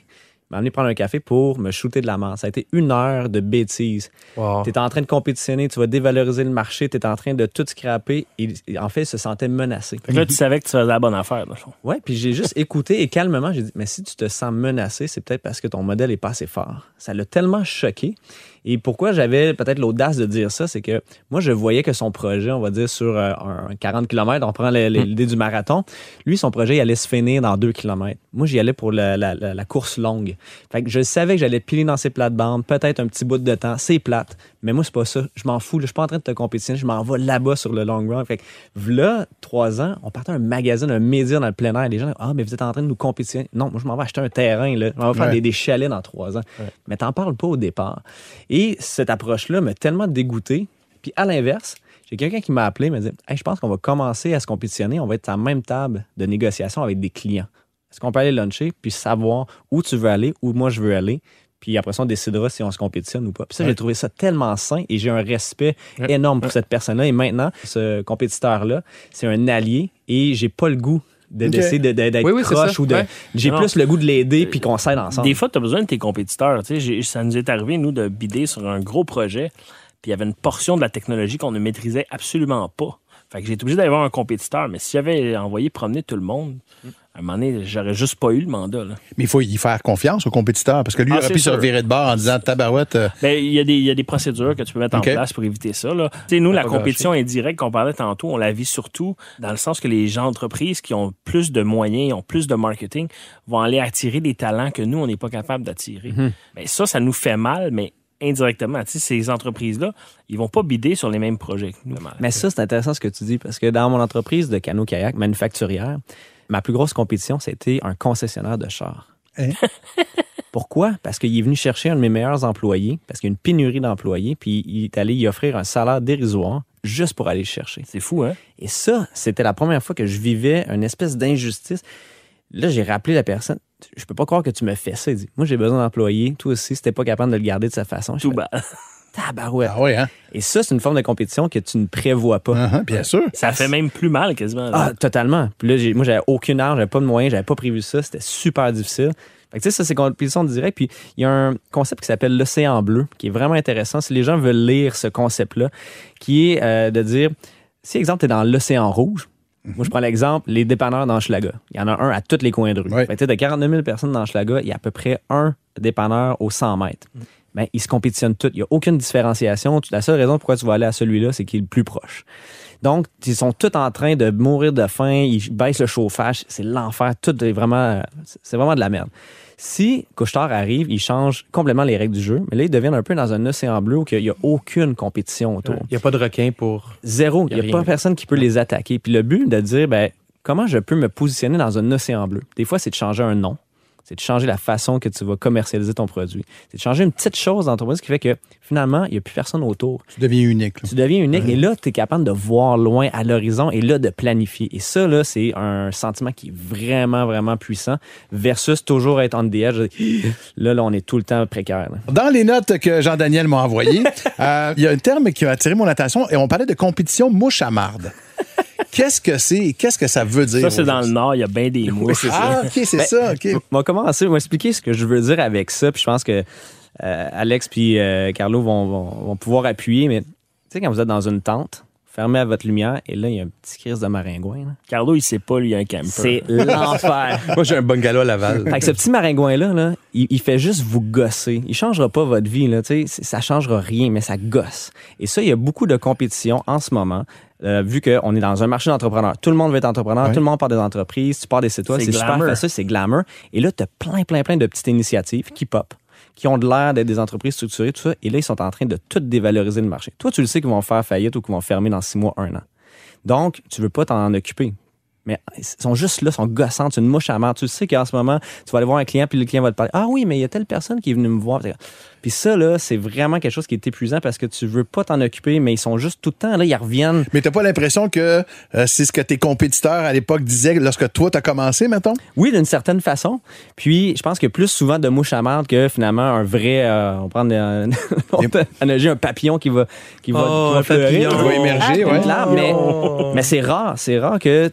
m'a amené prendre un café pour me shooter de la merde. Ça a été une heure de bêtises. Wow. Tu es en train de compétitionner, tu vas dévaloriser le marché, tu es en train de tout scraper. Et, et en fait, il se sentait menacé. Fait que là, tu savais que tu faisais la bonne affaire, dans le fond. Oui, puis j'ai juste écouté et calmement, j'ai dit, mais si tu te sens menacé, c'est peut-être parce que ton modèle n'est pas assez fort. Ça l'a tellement choqué. Et pourquoi j'avais peut-être l'audace de dire ça, c'est que moi, je voyais que son projet, on va dire, sur euh, un quarante kilomètres, on prend l'idée du marathon, lui, son projet, il allait se finir dans deux kilomètres. Moi, j'y allais pour la, la, la, la course longue. Fait que je savais que j'allais piler dans ces plates-bandes, peut-être un petit bout de temps, c'est plate, mais moi, c'est pas ça. Je m'en fous, là, je suis pas en train de te compétitionner, je m'en vais là-bas sur le long run. Fait que, là, trois ans, on partait à un magazine, un média dans le plein air, les gens, ah, mais vous êtes en train de nous compétitionner. Non, moi, je m'en vais acheter un terrain, là. Je m'en vais faire Ouais. des, des chalets dans trois ans. Ouais. Mais t'en parles pas au départ. Et cette approche-là m'a tellement dégoûté. Puis à l'inverse, j'ai quelqu'un qui m'a appelé, m'a dit, hey, je pense qu'on va commencer à se compétitionner, on va être à la même table de négociation avec des clients. Est-ce qu'on peut aller luncher puis savoir où tu veux aller, où moi je veux aller? Puis après ça, on décidera si on se compétitionne ou pas. Puis ça, Ouais. j'ai trouvé ça tellement sain et j'ai un respect Ouais. énorme pour Ouais. cette personne-là. Et maintenant, ce compétiteur-là, c'est un allié et j'ai pas le goût de- d'essayer de, de, d'être Oui, oui, c'est croche ça. ou de. Ouais. J'ai Non. plus le goût de l'aider puis qu'on s'aide ensemble. Des fois, tu as besoin de tes compétiteurs. Tu sais, j'ai- ça nous est arrivé, nous, de bider sur un gros projet, puis il y avait une portion de la technologie qu'on ne maîtrisait absolument pas. Fait que j'ai été obligé d'aller voir un compétiteur, mais si j'avais envoyé promener tout le monde, à un moment donné, j'aurais juste pas eu le mandat. Là. Mais il faut y faire confiance au compétiteur parce que lui, Ah, il aurait c'est pu se sûr. revirer de bord en disant tabarouette. euh, Ben, il y a des, il y a des procédures que tu peux mettre OK. en place pour éviter ça. Là. Tu sais, nous, la pas compétition indirecte qu'on parlait tantôt, on la vit surtout dans le sens que les gens d'entreprise qui ont plus de moyens, ont plus de marketing, vont aller attirer des talents que nous, on n'est pas capable d'attirer. Mhm. Ben, ça, ça nous fait mal, mais indirectement, tu sais, ces entreprises-là, ils vont pas bider sur les mêmes projets que nous. Mais ça, c'est intéressant ce que tu dis, parce que dans mon entreprise de canot-kayak manufacturière, ma plus grosse compétition, c'était un concessionnaire de chars. Hein? Pourquoi? Parce qu'il est venu chercher un de mes meilleurs employés, parce qu'il y a une pénurie d'employés, puis il est allé y offrir un salaire dérisoire juste pour aller le chercher. C'est fou, hein? Et ça, c'était la première fois que je vivais une espèce d'injustice. Là, j'ai rappelé la personne. Je peux pas croire que tu me fais ça. Il dit, moi, j'ai besoin d'employés. Toi aussi, si t'es pas capable de le garder de sa façon. Je Tout fais, bas. tabarouette. Ah oui, hein? Et ça, c'est une forme de compétition que tu ne prévois pas. Uh-huh, bien sûr. Ça fait même plus mal, quasiment. Ah, là. totalement. Puis là, j'ai, moi, j'avais aucune arme, j'avais pas de moyens, j'avais pas prévu ça. C'était super difficile. Fait que, tu sais, ça, c'est compétition directe. Puis, il y a un concept qui s'appelle l'océan bleu, qui est vraiment intéressant. Si les gens veulent lire ce concept-là, qui est euh, de dire, si, exemple, t'es dans l'océan rouge, moi, je prends l'exemple, les dépanneurs dans Hochelaga. Il y en a un à tous les coins de rue. Ouais. Fait que, tu sais, de quarante-neuf mille personnes dans Hochelaga, il y a à peu près un dépanneur aux cent mètres. Ben, ils se compétitionnent tous. Il n'y a aucune différenciation. La seule raison pourquoi tu vas aller à celui-là, c'est qu'il est le plus proche. Donc, ils sont tous en train de mourir de faim. Ils baissent le chauffage. C'est l'enfer. Tout est vraiment, c'est vraiment de la merde. Si Couche-Tard arrive, il change complètement les règles du jeu. Mais là, ils deviennent un peu dans un océan bleu où il n'y a aucune compétition autour. Il n'y a pas de requin pour... Zéro. Y Il a n'y a rien. pas personne qui peut les attaquer. Puis le but de dire, ben, comment je peux me positionner dans un océan bleu? Des fois, c'est de changer un nom. C'est de changer la façon que tu vas commercialiser ton produit. C'est de changer une petite chose dans ton produit qui fait que finalement, il n'y a plus personne autour. Tu deviens unique. là. Tu deviens unique et là, tu es capable de voir loin à l'horizon et là, de planifier. Et ça, là, c'est un sentiment qui est vraiment, vraiment puissant versus toujours être on the edge. Là, là, on est tout le temps précaire. là. Dans les notes que Jean-Daniel m'a envoyées, euh, il y a un terme qui a attiré mon attention et on parlait de compétition mouche à marde. Qu'est-ce que c'est et qu'est-ce que ça veut dire? Ça, c'est dans le aujourd'hui? Nord, il y a bien des mouches. Ah, OK, c'est Ben, ça, OK. On va commencer, on va expliquer ce que je veux dire avec ça, puis je pense que euh, Alex puis euh, Carlo vont, vont, vont pouvoir appuyer, mais tu sais, quand vous êtes dans une tente, fermez à votre lumière, et là, il y a un petit crise de maringouin. là. Carlo, il sait pas, lui, il y a un camper. C'est l'enfer. Moi, j'ai un bungalow à Laval. Fait que ce petit maringouin-là, là, il, il fait juste vous gosser. Il changera pas votre vie, là, tu sais, ça changera rien, mais ça gosse. Et ça, il y a beaucoup de compétition en ce moment, euh, vu qu'on est dans un marché d'entrepreneurs. Tout le monde veut être entrepreneur, Ouais. tout le monde part des entreprises, tu pars des sites web, C'est c'est super glamour. facile, c'est glamour. Et là, tu as plein, plein, plein de petites initiatives qui pop, qui ont de l'air d'être des entreprises structurées, tout ça. Et là, ils sont en train de tout dévaloriser le marché. Toi, tu le sais qu'ils vont faire faillite ou qu'ils vont fermer dans six mois, un an. Donc, tu veux pas t'en occuper. Mais ils sont juste là, ils sont gossants, c'est une mouche à merde. Tu sais qu'en ce moment, tu vas aller voir un client, puis le client va te parler. Ah oui, mais il y a telle personne qui est venue me voir. Puis ça, là, c'est vraiment quelque chose qui est épuisant parce que tu veux pas t'en occuper, mais ils sont juste tout le temps là, ils reviennent. Mais t'as pas l'impression que euh, c'est ce que tes compétiteurs à l'époque disaient lorsque toi t'as commencé, mettons? Oui, d'une certaine façon. Puis, je pense que plus souvent de mouche à merde que finalement un vrai, euh, on prend euh, on peut analogiser un papillon qui va, qui va, Oh, qui va un fleurir. papillon. Qui va émerger, Une ouais. larve, mais, mais c'est rare, c'est rare que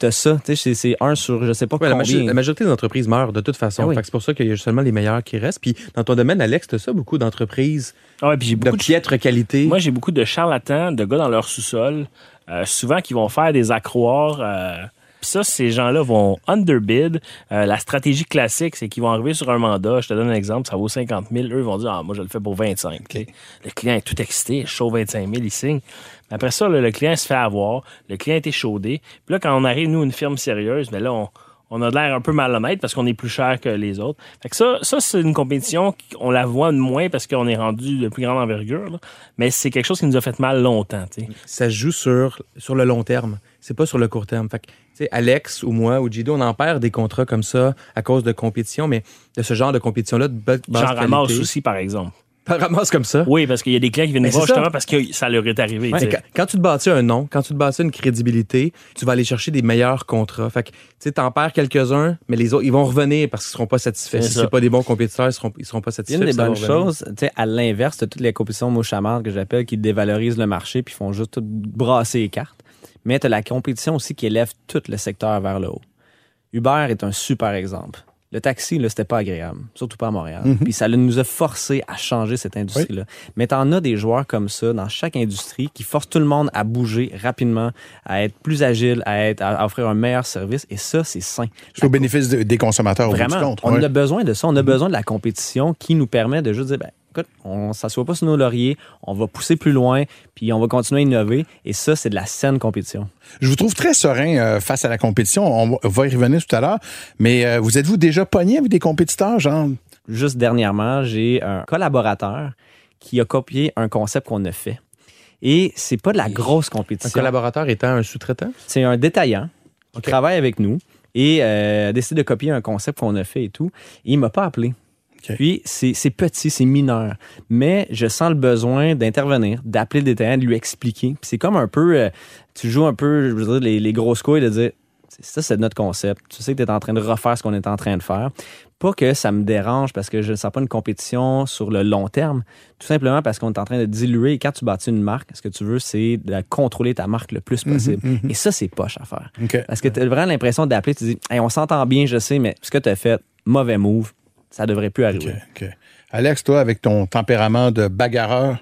t'as ça. Tu sais, c'est, c'est un sur je sais pas Ouais, la, combien. major- la majorité des entreprises meurent de toute façon. Ah oui. Fait que c'est pour ça qu'il y a seulement les meilleurs qui restent. Puis dans ton domaine, Alex, t'as ça, beaucoup d'entreprises Ah ouais, puis j'ai de beaucoup de piètre qualité. Moi, j'ai beaucoup de charlatans, de gars dans leur sous-sol, euh, souvent qui vont faire des accroires. Euh, Puis ça, ces gens-là vont underbid. Euh, la stratégie classique, c'est qu'ils vont arriver sur un mandat. Je te donne un exemple, ça vaut cinquante mille. Eux ils vont dire, ah, moi, je le fais pour vingt-cinq. Okay. Le client est tout excité, je chaud vingt-cinq mille, il signe. Mais après ça, là, le client se fait avoir. Le client est échaudé. Puis là, quand on arrive, nous, une firme sérieuse, mais là, on... On a l'air un peu malhonnête parce qu'on est plus cher que les autres. Fait que ça, ça, c'est une compétition qu'on la voit de moins parce qu'on est rendu de plus grande envergure. Là. Mais c'est quelque chose qui nous a fait mal longtemps. T'sais. Ça se joue sur, sur le long terme. C'est pas sur le court terme. Fait que, tu sais, Alex ou moi ou Gido, on en perd des contrats comme ça à cause de compétition, mais de ce genre de compétition-là de basse J'en qualité. ramasse aussi, par exemple. T'en ramasses comme ça? Oui, parce qu'il y a des clients qui viennent nous voir justement parce que ça leur est arrivé. Ouais, quand, quand tu te bâtis un nom, quand tu te bâtis une crédibilité, tu vas aller chercher des meilleurs contrats. Fait que, tu sais, t'en perds quelques-uns, mais les autres, ils vont revenir parce qu'ils seront pas satisfaits. C'est si ça. c'est pas des bons compétiteurs, ils seront, ils seront pas satisfaits. Une des ça va bonnes revenir. choses, tu sais, à l'inverse de toutes les compétitions mouche-à-marde que j'appelle, qui dévalorisent le marché puis font juste tout brasser les cartes. Mais tu as la compétition aussi qui élève tout le secteur vers le haut. Uber est un super exemple. Le taxi, là, c'était pas agréable, surtout pas à Montréal. Mm-hmm. Puis ça nous a forcé à changer cette industrie-là. Oui. Mais t'en as des joueurs comme ça dans chaque industrie qui forcent tout le monde à bouger rapidement, à être plus agile, à, être, à offrir un meilleur service. Et ça, c'est sain. C'est au bénéfice de, des consommateurs. Vraiment, au bout du compte. on ouais. a besoin de ça. On a mm-hmm. besoin de la compétition qui nous permet de juste dire, ben, écoute, on ne s'assoit pas sur nos lauriers, on va pousser plus loin, puis on va continuer à innover. Et ça, c'est de la saine compétition. Je vous trouve très serein euh, face à la compétition. On va y revenir tout à l'heure. Mais euh, vous êtes-vous déjà pogné avec des compétiteurs, genre? Juste dernièrement, j'ai un collaborateur qui a copié un concept qu'on a fait. Et c'est pas de la grosse compétition. Un collaborateur étant un sous-traitant? C'est un détaillant qui okay. travaille avec nous et euh, a décidé de copier un concept qu'on a fait et tout. Et il m'a pas appelé. Okay. Puis, c'est, c'est petit, c'est mineur. Mais je sens le besoin d'intervenir, d'appeler le détaillant, de lui expliquer. Puis c'est comme un peu, euh, tu joues un peu, je veux dire, les, les grosses couilles de dire, ça, c'est notre concept. Tu sais que tu es en train de refaire ce qu'on est en train de faire. Pas que ça me dérange parce que je ne sens pas une compétition sur le long terme. Tout simplement parce qu'on est en train de diluer. Et quand tu bâtis une marque, ce que tu veux, c'est de contrôler ta marque le plus possible. Mm-hmm, mm-hmm. Et ça, c'est poche à faire. Okay. Parce que tu as vraiment l'impression d'appeler, tu dis, hey, on s'entend bien, je sais, mais ce que tu as fait, mauvais move. Ça devrait plus arriver. Okay, okay. Alex, toi, avec ton tempérament de bagarreur,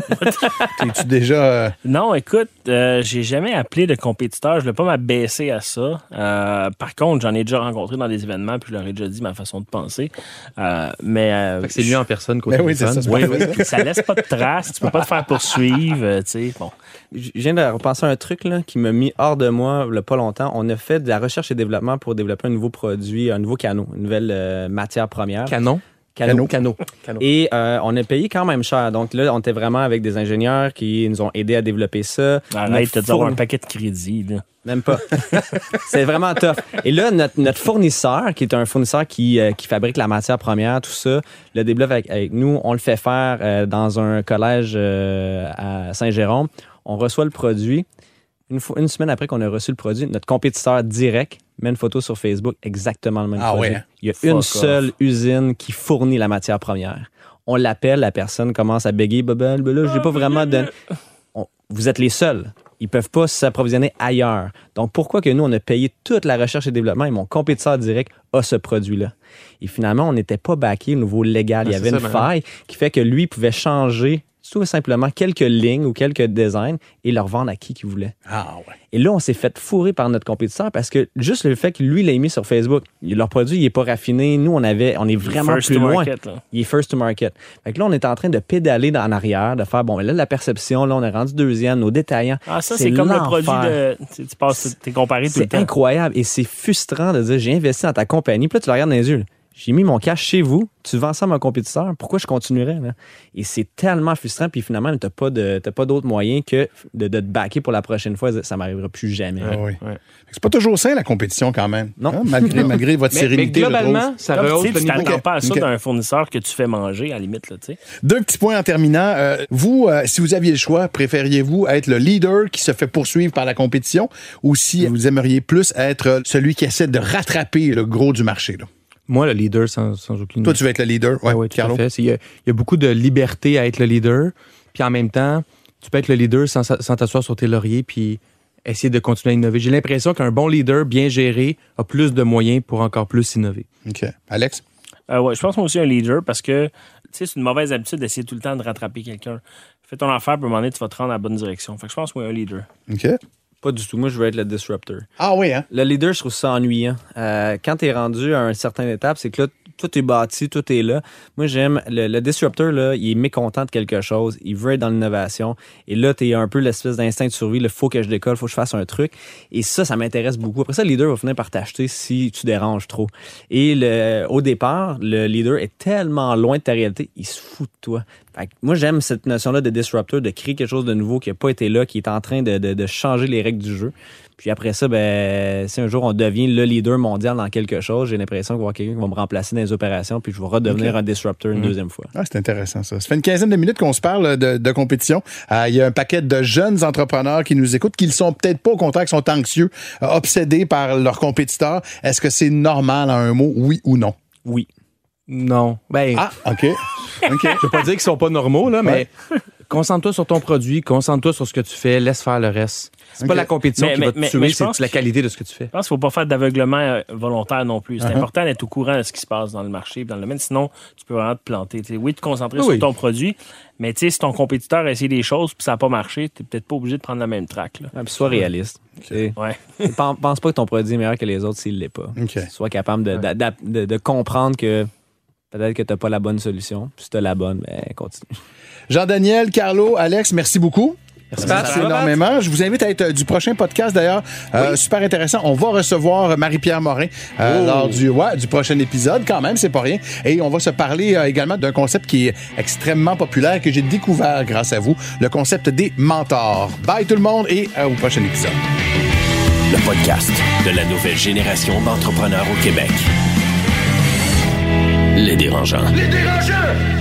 t'es-tu déjà... Euh... Non, écoute, euh, j'ai jamais appelé de compétiteur. Je ne vais pas m'abaisser à ça. Euh, par contre, j'en ai déjà rencontré dans des événements, puis je leur ai déjà dit ma façon de penser. Euh, mais euh, fait que c'est lui en personne qu'au oui, c'est ça, oui, oui. Ça laisse pas de traces. Tu peux pas te faire poursuivre. Euh, tu sais, bon. Je viens de repenser à un truc là, qui m'a mis hors de moi il n'y a pas longtemps. On a fait de la recherche et développement pour développer un nouveau produit, un nouveau canot, une nouvelle euh, matière première. Canon? Canot. Canot. Canot. Et euh, on a payé quand même cher. Donc là, on était vraiment avec des ingénieurs qui nous ont aidés à développer ça. Arrête de fourni... un paquet de crédit. Là. Même pas. C'est vraiment tough. Et là, notre, notre fournisseur, qui est un fournisseur qui, euh, qui fabrique la matière première, tout ça, le développe avec, avec nous. On le fait faire euh, dans un collège euh, à Saint-Jérôme. On reçoit le produit. Une, fois, une semaine après qu'on a reçu le produit, notre compétiteur direct met une photo sur Facebook, exactement le même ah produit. Ouais. Il y a Fuck une off. seule usine qui fournit la matière première. On l'appelle, la personne commence à bégayer, ben là, j'ai pas vraiment donné. On, vous êtes les seuls. Ils peuvent pas s'approvisionner ailleurs. Donc, pourquoi que nous, on a payé toute la recherche et développement et mon compétiteur direct a ce produit-là? Et finalement, on n'était pas backé au niveau légal. Ah, il y avait une ça, faille qui fait que lui pouvait changer tout simplement quelques lignes ou quelques designs et leur vendre à qui qu'il voulait. Ah ouais. Et là, on s'est fait fourrer par notre compétiteur parce que juste le fait que lui l'a mis sur Facebook, leur produit, il est pas raffiné. Nous, on avait, on est vraiment first plus to loin. Market, là. Il est first to market. Fait que là, on est en train de pédaler en arrière, de faire, bon, là, la perception, là, on est rendu deuxième, nos détaillants. Ah, ça, c'est, c'est comme l'enfer. le produit de, tu, tu passes, t'es comparé tout c'est le temps. C'est incroyable et c'est frustrant de dire, j'ai investi dans ta compagnie, puis là, tu le regardes dans les yeux, là. J'ai mis mon cash chez vous, tu vends ça à mon compétiteur, pourquoi je continuerais? Là? Et c'est tellement frustrant, puis finalement, tu n'as pas, pas d'autre moyen que de, de te backer pour la prochaine fois. Ça ne m'arrivera plus jamais. Ah oui. Ouais. C'est pas toujours sain, la compétition, quand même. Non. Hein? Malgré, malgré votre mais, sérénité. Mais globalement, ça rehausse le niveau. Tu t'attends pas à ça okay. d'un fournisseur que tu fais manger, à la limite. Là, tu sais. Deux petits points en terminant. Euh, vous, euh, si vous aviez le choix, préfériez-vous être le leader qui se fait poursuivre par la compétition ou si vous aimeriez plus être celui qui essaie de rattraper le gros du marché, là? Moi, le leader, sans, sans aucune... Toi, tu veux être le leader? Oui, ouais, tout à fait. Il y, a, il y a beaucoup de liberté à être le leader. Puis en même temps, tu peux être le leader sans, sans t'asseoir sur tes lauriers puis essayer de continuer à innover. J'ai l'impression qu'un bon leader bien géré a plus de moyens pour encore plus innover. OK. Alex? Euh, ouais, je pense moi aussi un leader parce que c'est une mauvaise habitude d'essayer tout le temps de rattraper quelqu'un. Fais ton affaire, puis à un moment donné, tu vas te rendre à la bonne direction. Fait que je pense moi un leader. OK. Pas du tout. Moi, je veux être le disruptor. Ah oui, hein? Le leader, je trouve ça ennuyant. Euh, quand tu es rendu à une certaine étape, c'est que là, tout est bâti, tout est là. Moi, j'aime le, le disruptor, là, il est mécontent de quelque chose, il veut être dans l'innovation. Et là, tu es un peu l'espèce d'instinct de survie, il faut que je décolle, il faut que je fasse un truc. Et ça, ça m'intéresse beaucoup. Après ça, le leader va finir par t'acheter si tu déranges trop. Et le, au départ, le leader est tellement loin de ta réalité, il se fout de toi. Fait que moi, j'aime cette notion-là de disruptor, de créer quelque chose de nouveau qui n'a pas été là, qui est en train de, de, de changer les règles du jeu. Puis après ça, ben, si un jour on devient le leader mondial dans quelque chose, j'ai l'impression qu'il va y avoir quelqu'un qui va me remplacer dans les opérations, puis je vais redevenir okay. un disruptor une mmh. deuxième fois. Ah, c'est intéressant ça. Ça fait une quinzaine de minutes qu'on se parle de, de compétition. Euh, il y a un paquet de jeunes entrepreneurs qui nous écoutent, qui ne sont peut-être pas, au contraire, qui sont anxieux, euh, obsédés par leurs compétiteurs. Est-ce que c'est normal en un mot, oui ou non? Oui. Non. Ben, ah, OK. OK. Je veux pas dire qu'ils sont pas normaux, là, mais ouais. Concentre-toi sur ton produit, concentre-toi sur ce que tu fais, laisse faire le reste. C'est okay. pas la compétition mais, qui mais, va te mais, tuer, mais c'est la qualité de ce que tu fais. Je pense qu'il ne faut pas faire d'aveuglement volontaire non plus. C'est uh-huh. important d'être au courant de ce qui se passe dans le marché, dans le domaine. Sinon, tu peux vraiment te planter. T'sais, oui, te concentrer oui. sur ton produit, mais si ton compétiteur a essayé des choses puis ça n'a pas marché, tu n'es peut-être pas obligé de prendre la même track. Là. Ah, sois réaliste. Okay. Ouais. Pense pas que ton produit est meilleur que les autres s'il ne l'est pas. Okay. Sois capable de, ouais. de, de, de comprendre que peut-être que tu n'as pas la bonne solution. Si tu as la bonne, ben, continue. Jean-Daniel, Carlo, Alex, merci beaucoup. Merci, merci énormément. Je vous invite à être euh, du prochain podcast d'ailleurs. Euh, oui. Super intéressant. On va recevoir Marie-Pierre Morin euh, oh. lors du, ouais, du prochain épisode. Quand même, c'est pas rien. Et on va se parler euh, également d'un concept qui est extrêmement populaire que j'ai découvert grâce à vous, le concept des mentors. Bye tout le monde et euh, au prochain épisode. Le podcast de la nouvelle génération d'entrepreneurs au Québec. Les Dérangeants. Les Dérangeants!